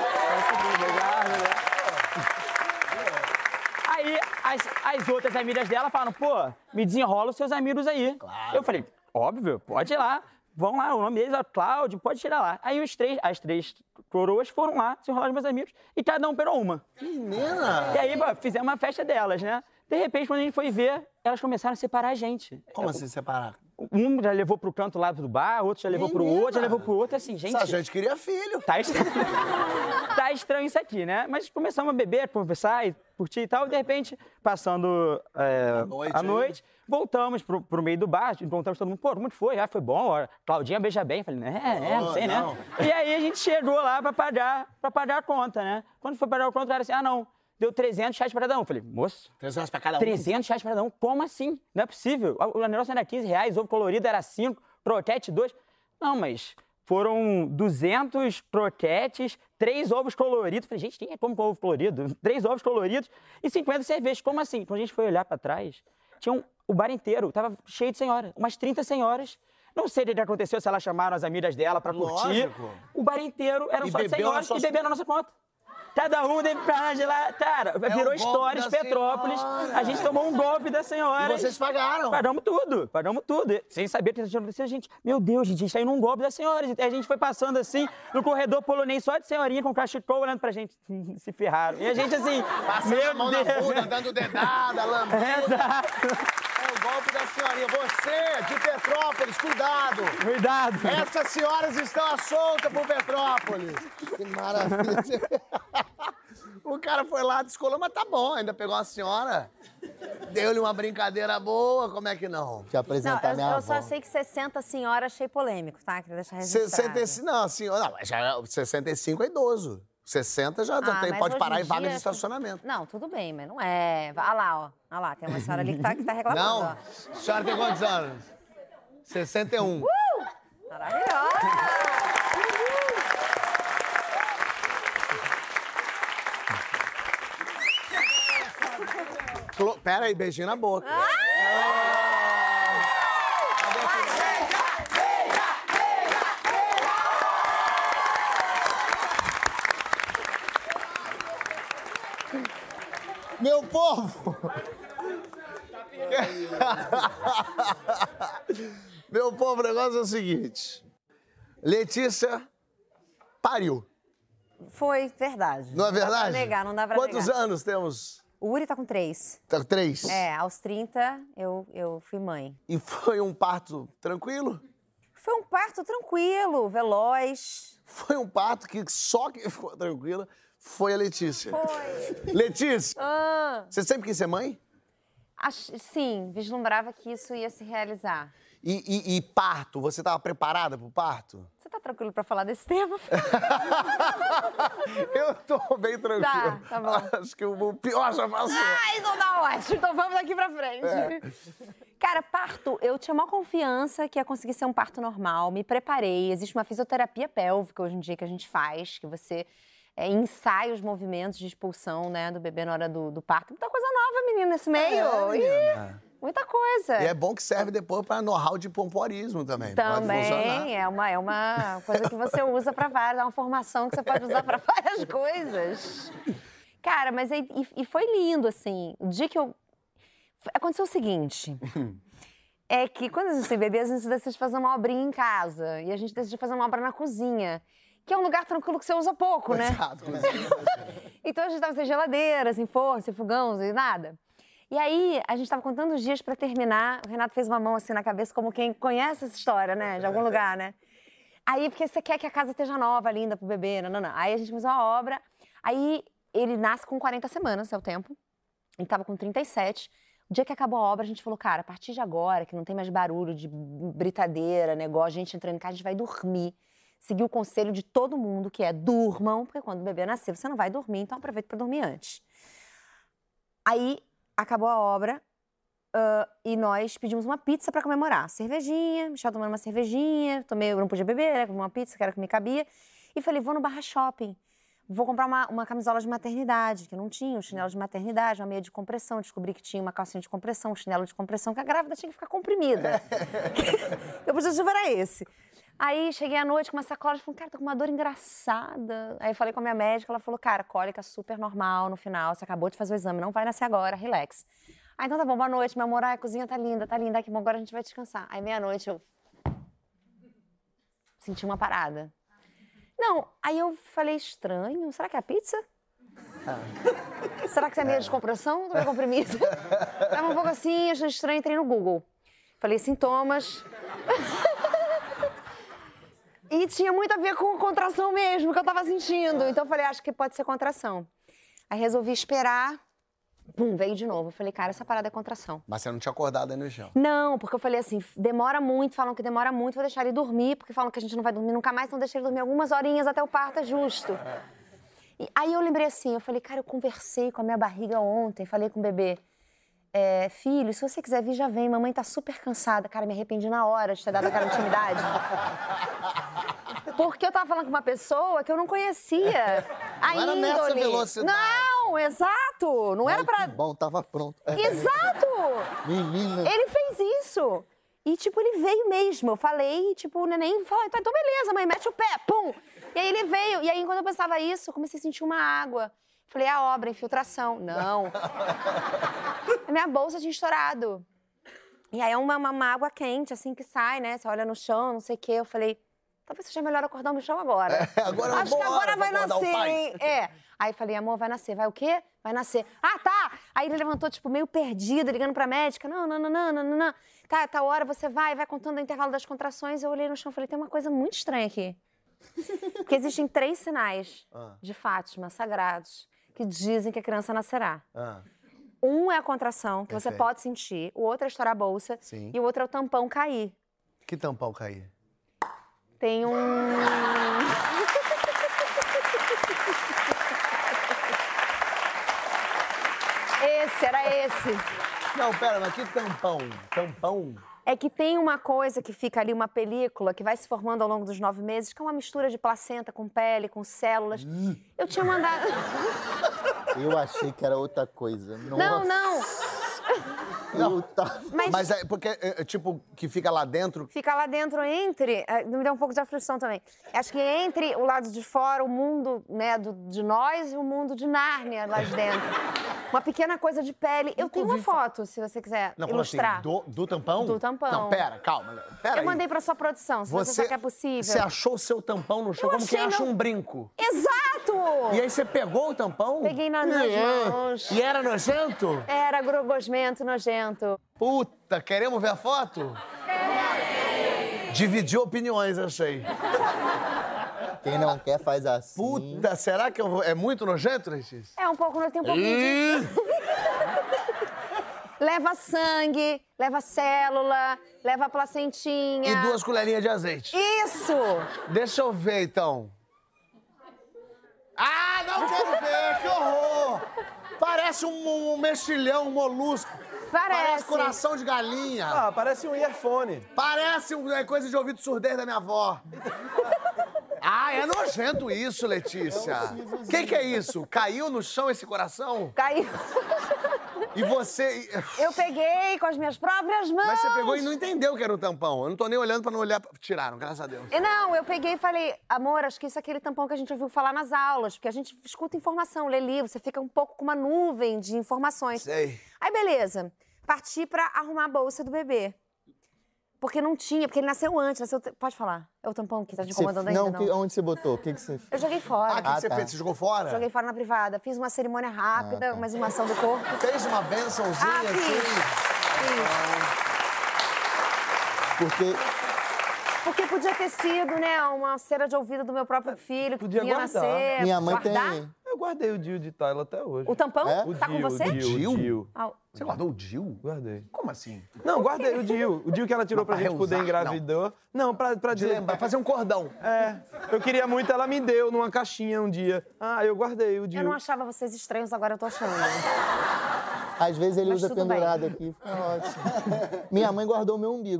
Aí as outras amigas dela falaram, pô, me desenrola os seus amigos aí. Claro. Eu falei, óbvio, pode ir lá. Vão lá, o nome deles é Cláudio, pode tirar lá. Aí as três coroas foram lá, se enrolaram os meus amigos, e cada um pegou uma. Menina! E aí, pô, fizemos uma festa delas, né? De repente, quando a gente foi ver, elas começaram a separar a gente. Como assim separar? Um já levou pro canto lá do bar, outro já levou pro outro, já levou pro outro, assim, gente... Essa gente queria filho. Tá estranho isso aqui, né? Mas começamos a beber, conversar e curtir e tal, e de repente, passando a noite, voltamos pro meio do bar, encontramos todo mundo, pô, como foi? Ah, foi bom, ó, Claudinha beija bem. Falei, não sei, né? E aí a gente chegou lá pra pagar a conta, né? Quando foi pagar a conta, o cara assim, ah, não, deu 300 reais pra cada um. Falei, moço, 300 reais pra cada um? 300 reais pra cada um? Como assim? Não é possível. O negócio era 15 reais, ovo colorido era 5, croquete 2. Não, mas foram 200 croquetes, 3 ovos coloridos. Falei, gente, quem é como com ovo colorido? 3 ovos coloridos e 50 cervejas. Como assim? Quando a gente foi olhar pra trás, tinha o bar inteiro, tava cheio de senhoras, umas 30 senhoras. Não sei o que aconteceu, se elas chamaram as amigas dela pra curtir. Lógico. O bar inteiro eram E só de bebeu senhoras na e sua- beberam na nossa conta. Cada um teve pra lá de lá. Cara, virou golpe Stories da Petrópolis. senhora. A gente tomou um golpe da senhora. E vocês pagaram? Pagamos tudo. E sem saber o que tinha acontecido, a gente... Meu Deus, gente, a gente tá indo num golpe da senhora. E a gente foi passando assim, no corredor polonês, só de senhorinha com cachecol olhando pra gente. Se ferraram. E a gente assim... Passando meu a mão na Deus. bunda, dando dedada, lambendo. Exato. É o golpe da senhorinha. Você, de Petrópolis, cuidado. Cuidado. Essas senhoras estão à solta por Petrópolis. Que maravilha. O cara foi lá, descolou, mas tá bom, ainda pegou uma senhora. Deu-lhe uma brincadeira boa, como é que não? Te apresentar minha eu avó. só sei que 60 senhora achei polêmico, tá? Queria deixar registrado. 65, não, senhora, não, mas já 65 é idoso. 60 já Ah, tem, mas pode hoje parar em em vaga dia, de estacionamento. Não, tudo bem, mas não é. Olha lá, ó. Olha lá, tem uma senhora ali que tá reclamando, Não? ó. A senhora tem quantos anos? 61. Maravilhosa! Pera aí, beijinho na boca. Meu povo! Meu povo, o negócio é o seguinte. Letícia pariu. Foi verdade. Não é verdade? Não dá pra negar, não dá pra Quantos negar. anos temos? O Uri tá com 3. Tá, 3? É, aos 30 eu fui mãe. E foi um parto tranquilo? Foi um parto tranquilo, veloz. Foi um parto que só quem ficou tranquila foi a Letícia. Foi. Letícia, Ah, você sempre quis ser mãe? sim, vislumbrava que isso ia se realizar. E parto, você estava preparada pro parto? Você tá tranquilo pra falar desse tema? Eu tô bem tranquilo. Tá bom. Acho que o pior já passou. Ah, então tá ótimo. Então vamos daqui pra frente. Cara, parto, eu tinha uma confiança que ia conseguir ser um parto normal. Me preparei. Existe uma fisioterapia pélvica hoje em dia que a gente faz, que você ensaia os movimentos de expulsão, né, do bebê na hora do parto. Muita coisa nova, menina, nesse meio. menina. Muita coisa. E é bom que serve depois para know-how de pompoarismo também. Pode funcionar. Também é uma coisa que você usa pra várias, é uma formação que você pode usar pra várias coisas. Cara, mas e foi lindo, assim. O dia que aconteceu o seguinte. É que quando a gente tem bebê, a gente decide fazer uma obrinha em casa. E a gente decide fazer uma obra na cozinha. Que é um lugar tranquilo que você usa pouco, né? Exato. Então a gente tava sem geladeira, sem forno, sem fogão, sem nada. E aí, a gente tava contando os dias pra terminar. O Renato fez uma mão assim na cabeça, como quem conhece essa história, né? De algum lugar, né? Aí, porque você quer que a casa esteja nova, linda pro bebê, não. Aí a gente fez uma obra. Aí ele nasce com 40 semanas, é o tempo. Ele tava com 37. O dia que acabou a obra, a gente falou, cara, a partir de agora, que não tem mais barulho de britadeira, negócio, gente entrando em casa, a gente vai dormir. Seguir o conselho de todo mundo, que é durmam, porque quando o bebê nascer, você não vai dormir, então aproveita pra dormir antes. Aí, acabou a obra e nós pedimos uma pizza pra comemorar. Cervejinha, Michel tomando uma cervejinha, eu não podia beber, né, comi uma pizza, que era o que me cabia. E falei, vou no Barra Shopping. vou comprar uma camisola de maternidade, que eu não tinha, um chinelo de maternidade, uma meia de compressão. Descobri que tinha uma calcinha de compressão, um chinelo de compressão, que a grávida tinha que ficar comprimida. O objetivo era esse. Aí, cheguei à noite com uma sacola e falei, cara, tô com uma dor engraçada. Aí, falei com a minha médica, ela falou, cara, cólica super normal no final, você acabou de fazer o exame, não vai nascer agora, relax. Aí, então tá bom, boa noite, meu amor, a cozinha tá linda, que bom, agora a gente vai descansar. Aí, meia-noite, eu senti uma parada. Não, aí eu falei, estranho, será que é a pizza? Será que isso é meia de compressão? Tô meio comprimida. Tava um pouco assim, achei estranho, entrei no Google. Falei, sintomas. E tinha muito a ver com contração mesmo, que eu tava sentindo. Então eu falei, acho que pode ser contração. Aí resolvi esperar. Pum, veio de novo. Eu falei, cara, essa parada é contração. Mas você não tinha acordado aí no chão? Não, porque eu falei assim, demora muito, falam que demora muito, vou deixar ele dormir, porque falam que a gente não vai dormir nunca mais, então deixa ele dormir algumas horinhas até o parto, é justo. E aí eu lembrei assim, eu falei, cara, eu conversei com a minha barriga ontem, falei com o bebê, filho, se você quiser vir, já vem, mamãe tá super cansada. Cara, me arrependi na hora de ter dado aquela intimidade. Porque eu tava falando com uma pessoa que eu não conhecia a Não era índole. nessa velocidade. Não, exato. Não era pra... Que bom, tava pronto. Exato! Menina. Ele fez isso. E, tipo, ele veio mesmo. Eu falei, tipo, o neném falou, então beleza, mãe, mete o pé, pum. E aí ele veio. E aí, quando eu pensava isso, eu comecei a sentir uma água. Falei, a obra, infiltração. Não. A minha bolsa tinha estourado. E aí é uma água quente, assim, que sai, né? Você olha no chão, não sei o quê. Eu falei, talvez seja melhor acordar no chão agora. Agora Acho que agora vai nascer, hein? É. Aí falei, amor, vai nascer. Vai o quê? Vai nascer. Ah, tá! Aí ele levantou, tipo, meio perdido, ligando pra médica. Não. Tá hora, você vai contando o intervalo das contrações. Eu olhei no chão e falei, tem uma coisa muito estranha aqui. Porque existem 3 sinais de Fátima, sagrados, que dizem que a criança nascerá. Um é a contração, que você pode sentir. O outro é estourar a bolsa. Sim. E o outro é o tampão cair. Que tampão cair? Tem um... Era esse. Não, pera, mas que tampão? Tampão? É que tem uma coisa que fica ali, uma película, que vai se formando ao longo dos 9 meses, que é uma mistura de placenta com pele, com células. Eu tinha mandado... Eu achei que era outra coisa. Não. Mas é porque, tipo, que fica lá dentro... Fica lá dentro entre... Me deu um pouco de aflição também. Acho que entre o lado de fora, o mundo, né, de nós, e o mundo de Nárnia lá de dentro. Uma pequena coisa de pele. Eu tenho uma foto, se você quiser ilustrar. Assim, do tampão? Do tampão. Não, pera, calma. Eu mandei pra sua produção, se você achar que é possível. Você achou o seu tampão no chão Eu como quem achei acha um brinco. Exato! E aí você pegou o tampão? Peguei nas mãos. E era nojento? Era gosmento, nojento. Puta, queremos ver a foto? Dividiu opiniões, achei. Quem não quer faz assim. Puta, será que é muito nojento, Letícia? É um pouco, tem um pouquinho disso. Leva sangue, leva célula, leva placentinha. E 2 colherinhas de azeite. Isso! Deixa eu ver, então. Ah, não quero ver, que horror! Parece um mexilhão, um molusco. Parece coração de galinha. Ah, parece um earphone. Parece coisa de ouvido surdez da minha avó. Ah, é nojento isso, Letícia. Que é isso? Caiu no chão esse coração? Caiu. E você... Eu peguei com as minhas próprias mãos. Mas você pegou e não entendeu que era um tampão. Eu não tô nem olhando pra não olhar... Tiraram, graças a Deus. Não, eu peguei e falei, amor, acho que isso é aquele tampão que a gente ouviu falar nas aulas, porque a gente escuta informação, lê livro, você fica um pouco com uma nuvem de informações. Sei. Aí, beleza. Parti pra arrumar a bolsa do bebê. Porque não tinha, porque ele nasceu antes, Pode falar. É o tampão que tá te incomodando ainda, não? Onde você botou? O que você fez? Eu joguei fora. O que você fez? Você jogou fora? Joguei fora na privada. Fiz uma cerimônia rápida, uma exumação do corpo. Fez uma bençãozinha Fiz. Porque podia ter sido, né, uma cera de ouvido do meu próprio filho, que Podia vinha guardar. nascer. Minha mãe guardar? tem... Eu guardei o Dio de Tyler até hoje. O tampão? É? Tá com você? O Dio. Ah, Você guardou o Dil? Guardei. Como assim? Não, guardei o Dio. O Dio que ela tirou pra Mas gente pra poder reusar? engravidar. Não, pra De dizer... lembrar, fazer um cordão. Eu queria muito, ela me deu numa caixinha um dia. Ah, eu guardei o Dio. eu não achava vocês estranhos, agora eu tô achando. Às vezes ele Mas usa tudo bem. pendurado aqui, fica ótimo. Minha mãe guardou o meu umbigo.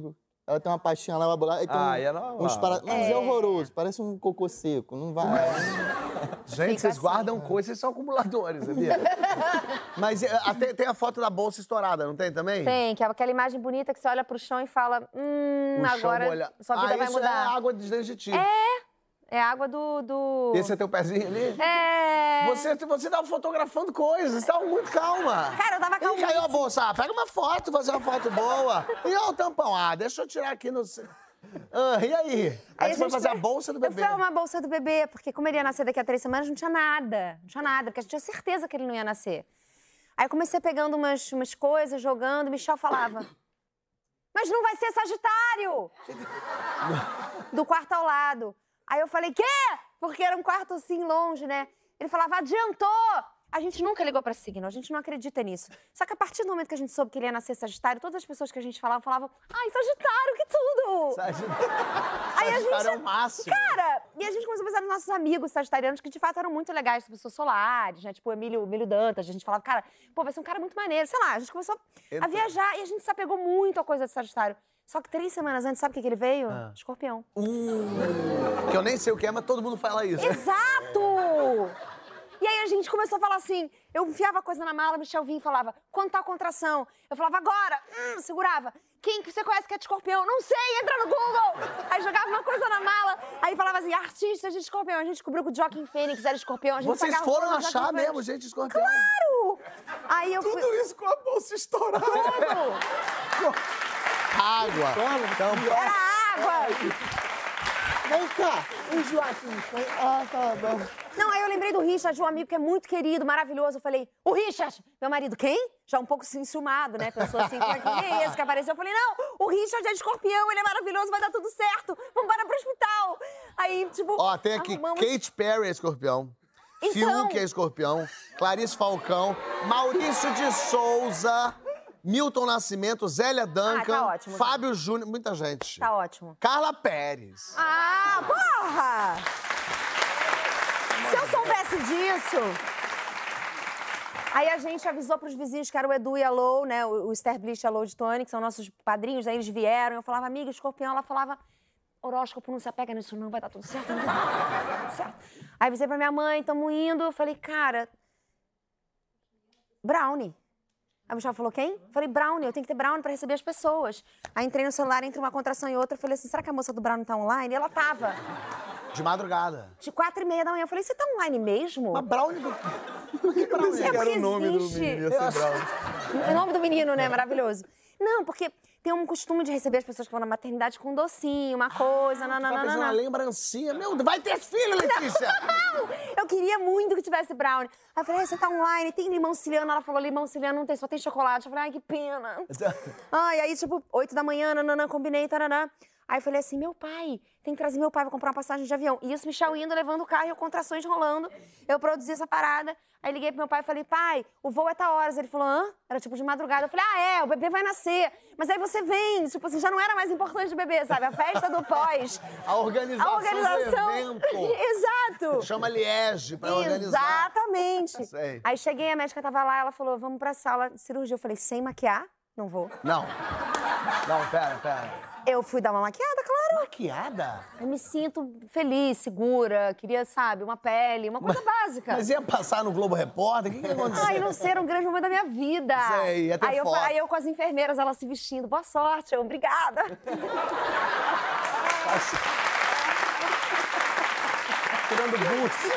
Ela tem uma pastinha lá, lá e tem é normal. Mas é horroroso, parece um cocô seco, não vai. Gente, Fica vocês assim. guardam coisas, vocês são acumuladores, sabia? Mas até tem a foto da bolsa estourada, não tem também? Tem, que é aquela imagem bonita que você olha pro chão e fala, O chão agora molha- sua vida vai isso mudar. é água de dentro de ti. É água do... Esse é teu pezinho ali? É... Você tava fotografando coisas, você tava muito calma. Cara, eu tava E caiu a calma. bolsa, pega uma foto, fazer uma foto boa. E ó o tampão, deixa eu tirar aqui no... e aí? Aí você foi fazer a bolsa do bebê. Eu fui arrumar a bolsa do bebê, porque como ele ia nascer daqui a 3 semanas, não tinha nada. Não tinha nada, porque a gente tinha certeza que ele não ia nascer. Aí eu comecei pegando umas coisas, jogando, e Michel falava... Mas não vai ser Sagitário! Do quarto ao lado. Aí eu falei, quê? Porque era um quarto assim, longe, né? Ele falava, adiantou! A gente nunca ligou pra signo, a gente não acredita nisso. Só que a partir do momento que a gente soube que ele ia nascer Sagitário, todas as pessoas que a gente falava, falavam, ai, Sagitário, que tudo! Aí a gente... Sagitário é o máximo. Cara, e a gente começou a pensar nos nossos amigos sagitarianos, que de fato eram muito legais, pessoas solares, né? Tipo o Emílio Dantas, a gente falava, cara, pô, vai ser um cara muito maneiro, sei lá, a gente começou a viajar e a gente se apegou muito à coisa de Sagitário. Só que 3 semanas antes, sabe o que ele veio? Escorpião. Que eu nem sei o que é, mas todo mundo fala isso. Exato! E aí a gente começou a falar assim, eu enfiava coisa na mala, Michel vinha e falava, quanto tá a contração? Eu falava, agora! Segurava. Quem que você conhece que é de escorpião? Não sei, entra no Google! Aí jogava uma coisa na mala, aí falava assim, artistas de escorpião. A gente descobriu que o Joaquin Phoenix era escorpião, a gente Vocês pagava foram todos os achar Joaquin Phoenix. mesmo, gente, escorpião. Claro! Aí eu fui... Tudo isso com a bolsa estourada. Água. Era água! Vem cá, o Joaquim. Tá bom. Não, aí eu lembrei do Richard, de um amigo que é muito querido, maravilhoso. Eu falei, o Richard, meu marido, quem? Já um pouco enciumado, né? Pensou assim, quem é esse que apareceu? Eu falei, não, o Richard é de escorpião, ele é maravilhoso, vai dar tudo certo. Vamos para pro hospital. Aí, tipo... Ó, tem aqui arrumamos... Katy Perry é escorpião. Então... Fiuk é escorpião. Clarice Falcão. Maurício de Souza. Milton Nascimento. Zélia Duncan. tá ótimo, Fábio Júnior. Muita gente. Tá ótimo. Carla Pérez. Ah, porra! Se eu soubesse disso... Aí a gente avisou pros vizinhos que era o Edu e a Lou, né? O Sterblich e a Lou de Tony, que são nossos padrinhos. Aí eles vieram. Eu falava, amiga, escorpião. Ela falava, horóscopo, não se apega nisso não, vai dar tudo certo. Não vai dar tudo certo. Aí avisei pra minha mãe, tamo indo. Eu falei, cara... Brownie. Aí o Michel falou, quem? Eu falei, Brownie, eu tenho que ter Brownie pra receber as pessoas. Aí entrei no celular, entre uma contração e outra, eu falei assim, será que a moça do Brownie tá online? E ela tava. De madrugada. De 4h30 da manhã. Eu falei, você tá online mesmo? Mas Brownie do... Por que Brownie? É porque o nome do existe. menino, ia ser Brown. O nome do menino, né? Maravilhoso. Não, porque tem um costume de receber as pessoas que vão na maternidade com um docinho, uma coisa, Vai fazer uma nananana. lembrancinha. Meu, vai ter filho, Letícia! Não, eu queria muito que tivesse brownie. Aí eu falei, você tá online, tem limão siciliano? Ela falou, limão siciliano não tem, só tem chocolate. Eu falei, ai, que pena. Ai, aí, tipo, 8 da manhã, nananã, combinei, taranã. Aí eu falei assim, meu pai, tem que trazer meu pai pra comprar uma passagem de avião. E isso, Michel indo, levando o carro e eu contrações rolando. Eu produzi essa parada. Aí liguei pro meu pai e falei, pai, o voo é tal horas. Ele falou, hã? Era tipo de madrugada. Eu falei, o bebê vai nascer. Mas aí você vem. Tipo assim, já não era mais importante o bebê, sabe? A festa do pós. A organização do evento. Exato. Chama Liege pra organizar. Exatamente. Sei. Aí cheguei, a médica tava lá, ela falou, vamos pra sala de cirurgia. Eu falei, sem maquiar? Não vou. Não. Não, pera. Eu fui dar uma maquiada, claro. Maquiada? Eu me sinto feliz, segura, queria, sabe, uma pele, uma coisa básica. Mas ia passar no Globo Repórter? O que ia acontecer? Ai, não sei, era um grande momento da minha vida. Sei, ia ter aí, foto. aí eu com as enfermeiras, elas se vestindo. Boa sorte, obrigada. Tirando buço.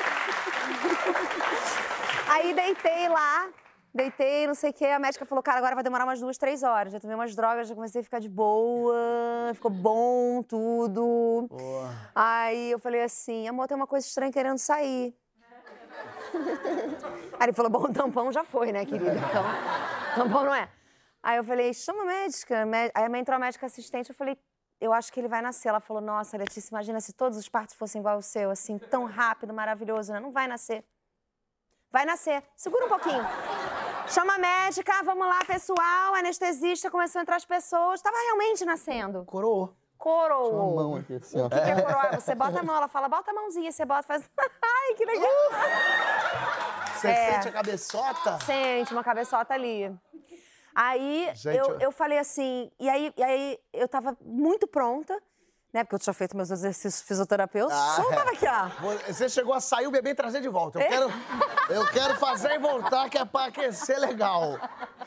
Aí deitei, não sei o quê. A médica falou, cara, agora vai demorar umas 2, 3 horas. Já tomei umas drogas, já comecei a ficar de boa. Ficou bom tudo. Boa. Aí eu falei assim, amor, tem uma coisa estranha querendo sair. Aí ele falou, bom, o tampão já foi, né, querida? Então, tampão não é. Aí eu falei, chama a médica. Aí entrou a médica assistente, eu falei, eu acho que ele vai nascer. Ela falou, nossa, Letícia, imagina se todos os partos fossem igual ao seu, assim, tão rápido, maravilhoso, né? Não vai nascer. Vai nascer. Segura um pouquinho. Chama a médica, vamos lá, pessoal. Anestesista, começou a entrar as pessoas. Tava realmente nascendo. Coroou. Coroou. Uma mão aqui, assim, ó. O que é coroar? Você bota a mão, ela fala, bota a mãozinha, você bota, faz... Ai, que legal. Você sente a cabeçota? Sente uma cabeçota ali. Aí Gente, eu falei assim, e aí eu tava muito pronta, né? Porque eu tinha feito meus exercícios fisioterapeutas. Só tava aqui, ó. Você chegou a sair o bebê e trazer de volta. Eu quero fazer e voltar, que é pra aquecer legal.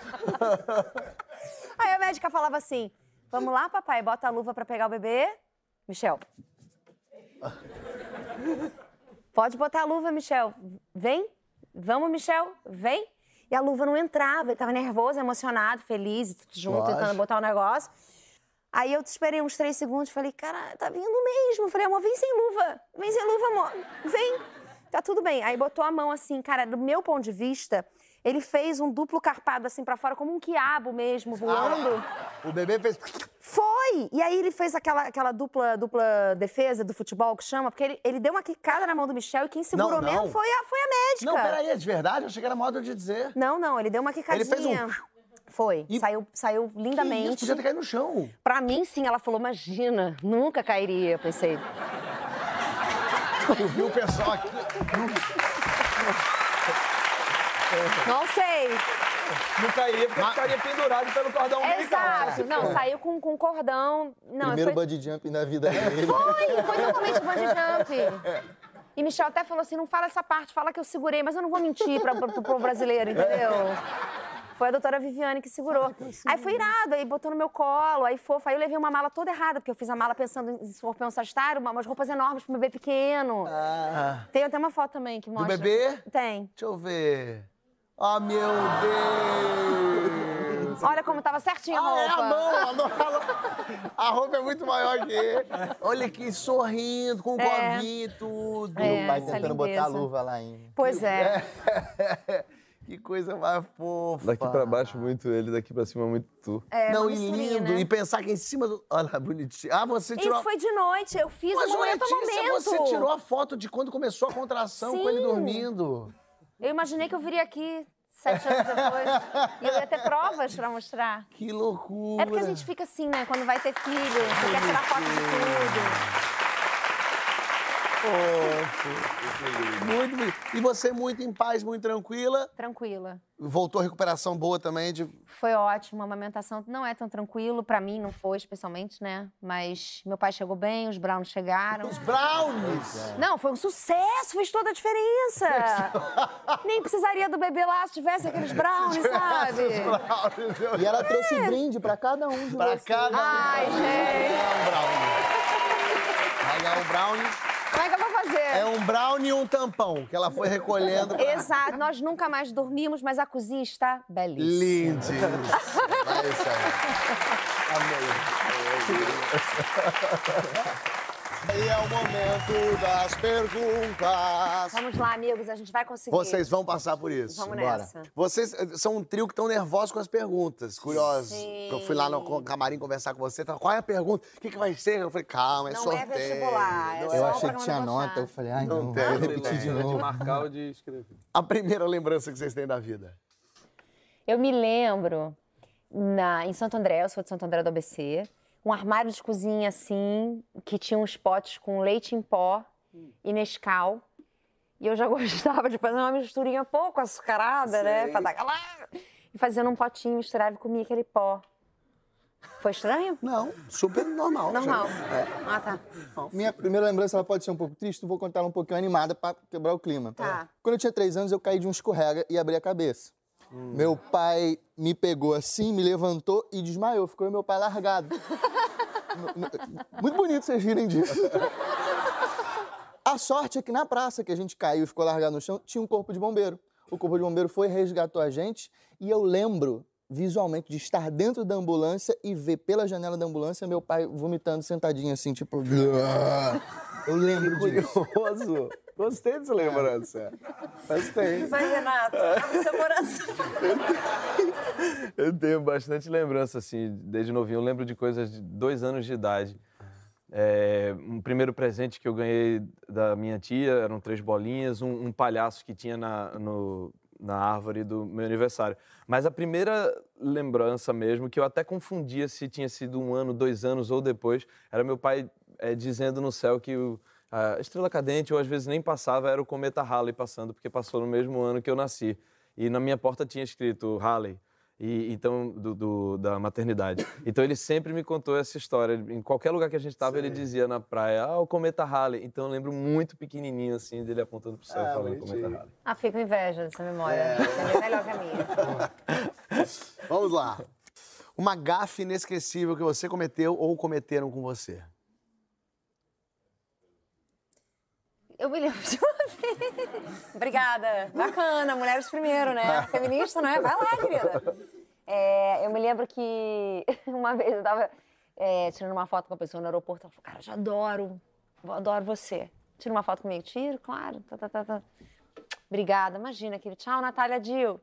Aí a médica falava assim, vamos lá, papai, bota a luva pra pegar o bebê. Michel. Pode botar a luva, Michel. Vem. Vamos, Michel. Vem. E a luva não entrava. Ele tava nervoso, emocionado, feliz, junto, tentando botar o negócio. Aí eu esperei uns 3 segundos e falei, cara, tá vindo mesmo. Falei, amor, vem sem luva. Vem sem luva, amor. Vem. Tá tudo bem. Aí botou a mão assim, cara, do meu ponto de vista, ele fez um duplo carpado assim pra fora, como um quiabo mesmo, voando. O bebê fez... Foi! E aí ele fez aquela dupla defesa do futebol que chama, porque ele deu uma quicada na mão do Michel e quem segurou Não. mesmo foi a médica. Não, peraí, é de verdade? Eu achei que era modo de dizer. Não, ele deu uma quicadinha. Ele fez um... Foi, E- saiu Que lindamente. isso, podia ter caído no chão. Pra mim, sim, ela falou, imagina, nunca cairia, eu pensei. Tu viu o pessoal aqui... Não sei. Não cairia porque ficaria pendurado pelo cordão umbilical. Exato. Não, saiu com cordão. Não, Primeiro foi... bungee jump na vida dele. Foi totalmente bungee jump. E Michel até falou assim, não fala essa parte, fala que eu segurei, mas eu não vou mentir pro brasileiro, entendeu? Foi a doutora Viviane que segurou. Aí foi irado, aí botou no meu colo, aí fofo. Aí eu levei uma mala toda errada, porque eu fiz a mala pensando em escorpião sagitário, umas roupas enormes pro bebê pequeno. Tem até uma foto também que Do mostra. bebê? Tem. Deixa eu ver. Ah, meu Deus! Olha como tava certinho a roupa. É a mão, a roupa é muito maior que ele. Olha aqui, sorrindo, com o covinho e tudo. É. O pai Essa tentando botar a lindeza. luva lá ainda. Pois é. Que coisa mais fofa. Daqui pra baixo muito ele, daqui pra cima muito tu. É Não, uma e misturinha, lindo. né? E pensar que em cima do... Olha, bonitinho. Ah, você tirou... Isso foi de noite, eu fiz Mas, um momento a Letícia, momento. você tirou a foto de quando começou a contração com ele Sim. dormindo. Eu imaginei que eu viria aqui 7 anos depois e eu ia ter provas pra mostrar. Que loucura. É porque a gente fica assim, né? Quando vai ter filho, você quer tirar foto de tudo. Muito bonito. E você muito em paz, muito tranquila. Tranquila. Voltou a recuperação boa também de... Foi ótimo, a amamentação não é tão tranquilo, pra mim não foi especialmente, né? Mas meu pai chegou bem, os Browns chegaram. Os brownies! Não, foi um sucesso, fez toda a diferença. Nem precisaria do bebê lá se tivesse aqueles Brownies, sabe? E ela trouxe brinde pra cada um de Pra vocês. cada Ai, gente. Vai ganhar um brownie. Como é que eu vou fazer? É um brownie e um tampão que ela foi recolhendo. Exato, nós nunca mais dormimos, mas a cozinha está belíssima. Lindinho. Vai, isso aí. E é o momento das perguntas. Vamos lá, amigos, a gente vai conseguir. Vocês vão passar por isso. Vamos Bora. nessa. Vocês são um trio que estão nervosos com as perguntas, curiosos. Sim. Eu fui lá no camarim conversar com você, qual é a pergunta? O que vai ser? Eu falei, calma, é Não sorteio. é vestibular, é Não só Eu o achei que programa tinha do nota, Bochá. eu falei, ai Não não, tem, vou não repetir tem. de Era de novo. marcar ou de escrever. A primeira lembrança que vocês têm da vida? Eu me lembro, em Santo André, eu sou de Santo André do ABC, um armário de cozinha assim, que tinha uns potes com leite em pó e Nescau. E eu já gostava de fazer uma misturinha pouco açucarada, né? Pra dar aquela... E fazendo um potinho, misturava e comia aquele pó. Foi estranho? Não, super normal. Normal. É. Ah, tá. Minha primeira lembrança ela pode ser um pouco triste, vou contar ela um pouquinho animada pra quebrar o clima. Tá. Quando eu tinha 3 anos, eu caí de um escorrega e abri a cabeça. Meu pai me pegou assim, me levantou e desmaiou. Ficou meu pai largado. Muito bonito vocês rirem disso. A sorte é que na praça que a gente caiu e ficou largado no chão, tinha um corpo de bombeiro. O corpo de bombeiro foi, resgatou a gente e eu lembro visualmente de estar dentro da ambulância e ver pela janela da ambulância meu pai vomitando sentadinho assim, tipo... Eu lembro disso. Curioso. Gostei dessa lembrança. Gostei. Vai, Renato, abre seu coração. Eu tenho bastante lembrança, assim, desde novinho. Eu lembro de coisas de 2 anos de idade. Um primeiro presente que eu ganhei da minha tia, eram 3 bolinhas, um palhaço que tinha na árvore do meu aniversário. Mas a primeira lembrança mesmo, que eu até confundia se tinha sido 1 ano, 2 anos ou depois, era meu pai dizendo no céu que a estrela cadente, ou às vezes nem passava, era o cometa Halley passando, porque passou no mesmo ano que eu nasci. E na minha porta tinha escrito Halley. Então, da maternidade. Então ele sempre me contou essa história. Em qualquer lugar que a gente estava, ele dizia na praia, o cometa Halley. Então eu lembro muito pequenininho, assim, dele apontando pro céu falando cometa Halley. Fico com inveja dessa memória. É bem melhor que a minha. Vamos lá. Uma gafe inesquecível que você cometeu ou cometeram com você. Eu me lembro de uma vez. Obrigada. Bacana, mulheres primeiro, né? Feminista, não é? Vai lá, querida. Eu me lembro que uma vez eu tava tirando uma foto com uma pessoa no aeroporto. Ela falou, cara, eu adoro você. Tira uma foto comigo? Tiro, claro. Tá. Obrigada. Imagina, querido. Tchau, Natália Dil.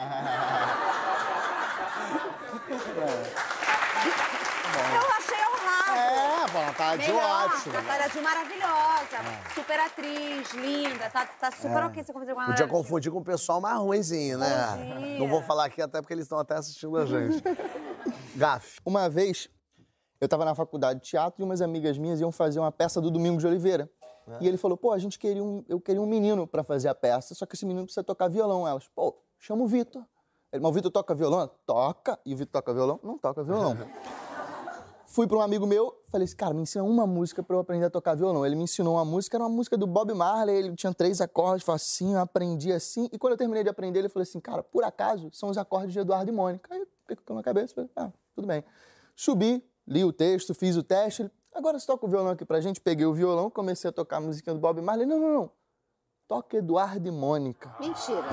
Eu achei honrado. Vontade ótima. Natália Dil maravilhosa, super atriz, linda, tá super ok você conversar com ela. Podia confundir com o pessoal mais ruimzinho, né? Podia. Não vou falar aqui até porque eles estão até assistindo a gente. Gafe. Uma vez, eu estava na faculdade de teatro e umas amigas minhas iam fazer uma peça do Domingos de Oliveira. E ele falou, pô, eu queria um menino pra fazer a peça, só que esse menino precisa tocar violão. Elas, pô, chama o Vitor. Ele, mas o Vitor toca violão? Toca. E o Vitor toca violão? Não toca violão. Fui para um amigo meu, falei assim, cara, me ensina uma música para eu aprender a tocar violão. Ele me ensinou uma música, era uma música do Bob Marley, ele tinha 3 acordes, facinho, eu aprendi assim. E quando eu terminei de aprender, ele falou assim, cara, por acaso, são os acordes de Eduardo e Mônica. Aí ficou na cabeça, falei, tudo bem. Subi, li o texto, fiz o teste. Ele, agora você toca o violão aqui pra gente? Peguei o violão, comecei a tocar a musiquinha do Bob Marley. Não. Toca Eduardo e Mônica. Mentira.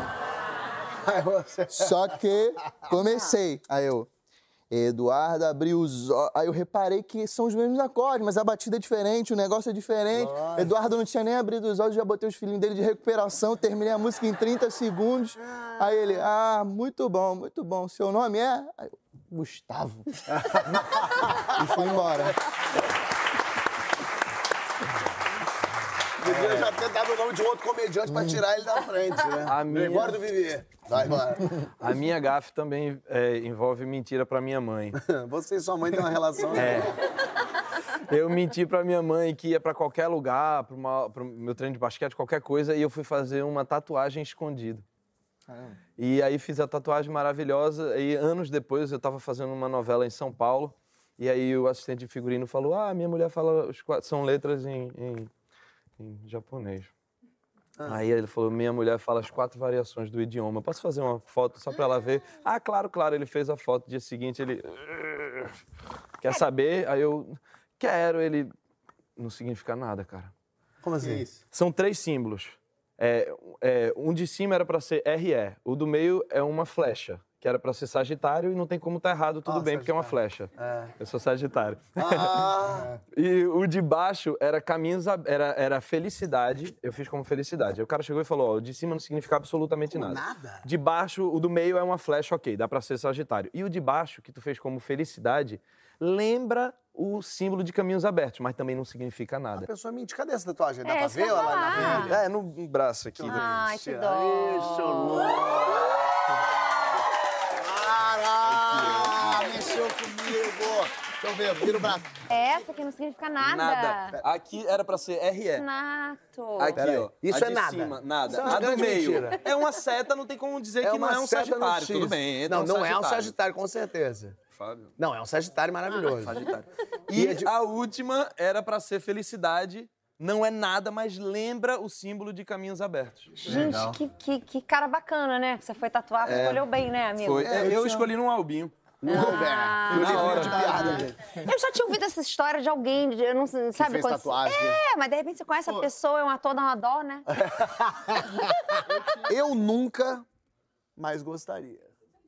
Só que comecei. Aí eu... Eduardo abriu os olhos. Aí eu reparei que são os mesmos acordes, mas a batida é diferente, o negócio é diferente. Nossa. Eduardo não tinha nem abrido os olhos, já botei os filhinhos dele de recuperação, terminei a música em 30 segundos. Aí ele, muito bom. Seu nome é? Aí eu, Gustavo. E fui embora. Podia já ter dado o nome de um outro comediante pra tirar ele da frente, né? Gregório do Vivier. Vai embora. A minha gafe também envolve mentira pra minha mãe. Você e sua mãe têm uma relação... Eu menti pra minha mãe que ia pra qualquer lugar, pro meu treino de basquete, qualquer coisa, e eu fui fazer uma tatuagem escondida. E aí fiz a tatuagem maravilhosa, e anos depois eu tava fazendo uma novela em São Paulo, e aí o assistente de figurino falou, minha mulher fala, são letras em japonês. Aí ele falou, minha mulher fala as 4 variações do idioma. Posso fazer uma foto só pra ela ver? Claro. Ele fez a foto. Dia seguinte, ele... Quer saber? Aí eu... Quero. Ele... Não significa nada, cara. Como assim? São 3 símbolos. Um de cima era pra ser RE. O do meio é uma flecha, que era pra ser Sagitário, e não tem como estar errado, tudo bem, porque é uma flecha. Eu sou Sagitário. E o de baixo era era felicidade, eu fiz como felicidade. Aí o cara chegou e falou, o de cima não significa absolutamente nada. De baixo, o do meio é uma flecha, ok, dá pra ser Sagitário. E o de baixo, que tu fez como felicidade, lembra o símbolo de caminhos abertos, mas também não significa nada. A pessoa mente, cadê essa tatuagem? Dá pra isso que eu ver ia ela na falar. frente? No braço aqui. Ai, que dó. Isso, mexeu comigo. Deixa eu ver, vira o braço. Essa que não significa nada. Aqui era pra ser RE. Nato. Aqui, Peraí, ó. isso A é de nada. cima, nada. Isso é uma A do grande meio mentira. é uma seta, não tem como dizer que não é um seta no Sagitário. X. Tudo bem, entra Não é um Sagitário. Sagitário, com certeza. Fábio. Não, é um Sagitário maravilhoso. Sagitário. E a última era pra ser felicidade. Não é nada, mas lembra o símbolo de caminhos abertos. Gente, que cara bacana, né? Você foi tatuar, escolheu bem, né, amigo? Foi. Eu escolhi num albinho. Livrinho de piada, gente. Eu já tinha ouvido essa história de alguém, eu não sabe fez quando... tatuagem. Mas de repente você conhece a pessoa, é um ator, dá uma dó, né? Eu nunca mais gostaria.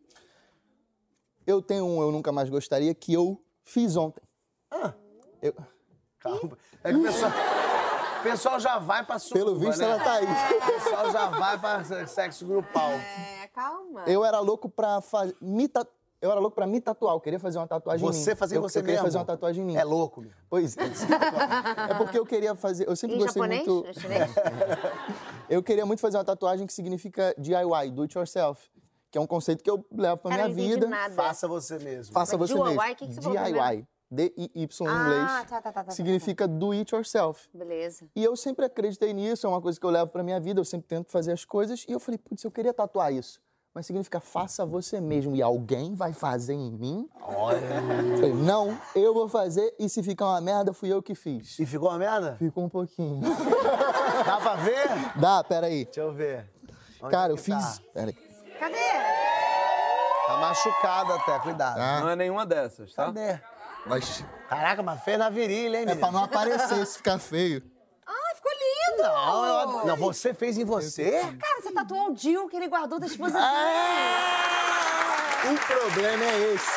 Eu tenho um Eu Nunca Mais Gostaria que eu fiz ontem. Calma. É que o pessoal já vai pra suruba, Pelo visto, né? ela tá aí. O pessoal já vai pra sexo grupal. Calma. Eu era louco pra Eu era louco pra me tatuar, eu queria fazer uma tatuagem em mim. Você fazia você eu queria mesmo? fazer uma tatuagem em mim. É louco, meu. Pois é. É porque eu queria fazer... Eu sempre Em gostei japonês? muito... Em chinês? Eu queria muito fazer uma tatuagem que significa DIY, do it yourself. Que é um conceito que eu levo pra Cara, minha não entendi vida. nada. Faça você mesmo. Faça Mas você DIY, mesmo. o que você falou primeiro? DIY. D-I-Y em inglês. Tá. Significa do it yourself. Beleza. E eu sempre acreditei nisso, é uma coisa que eu levo pra minha vida, eu sempre tento fazer as coisas. E eu falei, putz, eu queria tatuar isso. mas significa faça você mesmo. E alguém vai fazer em mim? Olha. Falei, não, eu vou fazer e se ficar uma merda, fui eu que fiz. E ficou uma merda? Ficou um pouquinho. Dá pra ver? Dá, peraí. Deixa eu ver. Onde Cara, é eu que fiz... tá? Peraí. Cadê? Tá machucado até, cuidado. Tá. Não é nenhuma dessas, tá? Cadê? Mas Caraca, mas fez na virilha, hein, é menino? pra não aparecer se ficar feio. Ai, ficou lindo! Não, você fez em você? Cara, você tatuou o Dil que ele guardou da esposa dele. O problema é esse.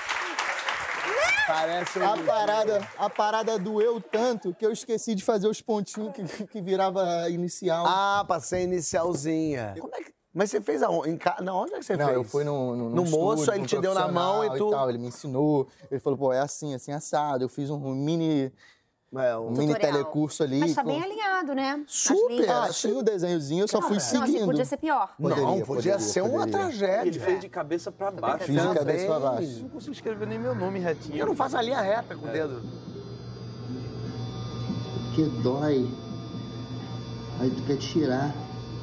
Parece A parada doeu tanto que eu esqueci de fazer os pontinhos que virava inicial. Ah, pra ser inicialzinha. Como é que... Mas você fez aonde? Não, onde é que você Não, fez? eu fui no moço, estúdio, aí ele num te deu na mão e profissional tu... tal, ele me ensinou. Ele falou, pô, é assim, assim, assado. Eu fiz um mini telecurso ali. Mas tá bem alinhado, né? As Super, linhas. tinha o desenhozinho, eu só fui Não, seguindo. assim, podia ser pior. Não, podia ser uma poderia. tragédia. Ele fez de cabeça pra baixo. Fiz de cabeça pra Eu baixo. não consigo escrever nem meu nome retinho. Eu não faço a linha reta com o dedo. Porque dói. Aí tu quer tirar.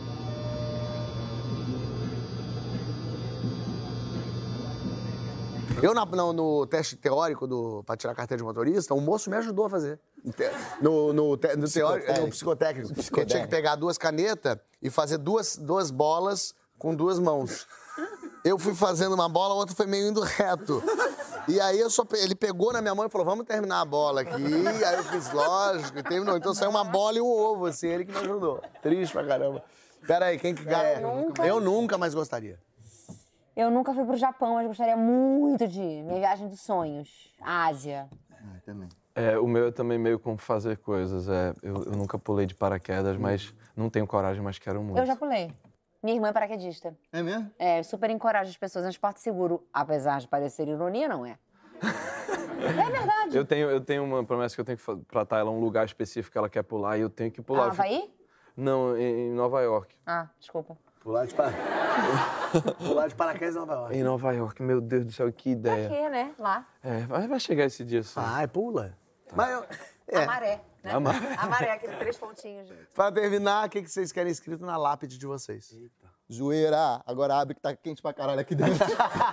Eu, no teste teórico pra tirar a carteira de motorista, o moço me ajudou a fazer. No teórico, no psicotécnico. Porque tinha que pegar 2 canetas e fazer duas bolas com 2 mãos. Eu fui fazendo uma bola, a outra foi meio indo reto. E aí ele pegou na minha mão e falou, vamos terminar a bola aqui. Aí eu fiz, lógico, e terminou. Então saiu uma bola e um ovo, assim, ele que me ajudou. Triste pra caramba. Pera aí, quem que ganha? Eu nunca mais gostaria. Eu nunca fui pro Japão, mas gostaria muito de ir. Minha viagem dos sonhos. Ásia. Também. O meu é também meio como fazer coisas. Eu nunca pulei de paraquedas, mas não tenho coragem, mas quero muito. Eu já pulei. Minha irmã é paraquedista. É mesmo? Eu super encorajo as pessoas a esporte seguro. Apesar de parecer ironia, não é. É verdade. Eu tenho uma promessa que eu tenho que tratar ela um lugar específico que ela quer pular e eu tenho que pular. Havaí? Não, em Nova York. Ah, desculpa. Pular de paraquedas em Nova York. Em Nova York, meu Deus do céu, que Pra ideia. quê, né? Lá. Vai chegar esse dia sim. Ai, pula. Mas A maré, né? A maré. A maré, aqueles 3 pontinhos. Pra terminar, o que vocês querem escrito na lápide de vocês? Zoeira. Agora abre que tá quente pra caralho aqui dentro.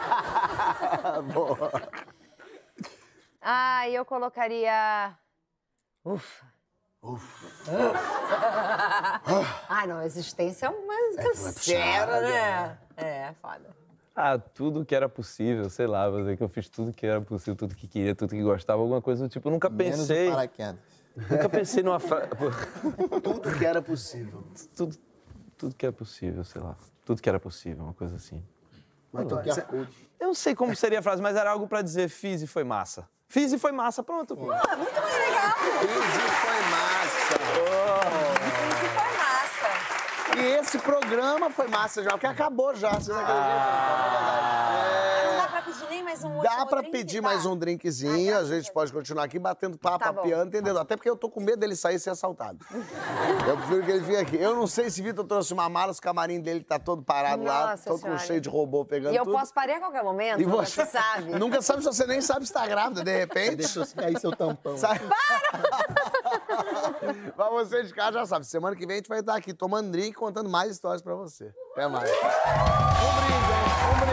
Boa. Eu colocaria... Ufa. Não, existência é uma sincera, né? É, foda. Tudo que era possível, sei lá, vou dizer que eu fiz tudo que era possível, tudo que queria, tudo que gostava, alguma coisa do tipo. Eu nunca Menos pensei. o paraquedas. Nunca pensei numa frase. Tudo que era possível. Tudo que era possível, sei lá. Tudo que era possível, uma coisa assim. Mas tô aqui a coach. Eu não sei como seria a frase, mas era algo pra dizer fiz e foi massa. Fiz e foi massa, pronto. Muito mais legal. Fiz e foi massa. Isso foi massa. E esse programa foi massa já, porque acabou já, vocês acreditam? Não dá pra pedir nem mais um Dá último pra drink, pedir tá? mais um drinkzinho, a gente pode continuar aqui batendo papo, Tá bom. papeando, entendeu? Até porque eu tô com medo dele sair e ser assaltado. Eu prefiro que ele fique aqui. Eu não sei se Vitor trouxe uma mala, os camarim dele tá todo parado lá, Nossa todo Senhora. cheio de robô pegando E eu tudo. posso parir a qualquer momento, E nunca você se sabe. Nunca sabe se você nem sabe se tá grávida, de repente. Deixa eu cair seu tampão. Sabe? Pra você de casa já sabe, semana que vem a gente vai estar aqui tomando drink e contando mais histórias pra você. Até mais. Um brinde, hein? Um brinde.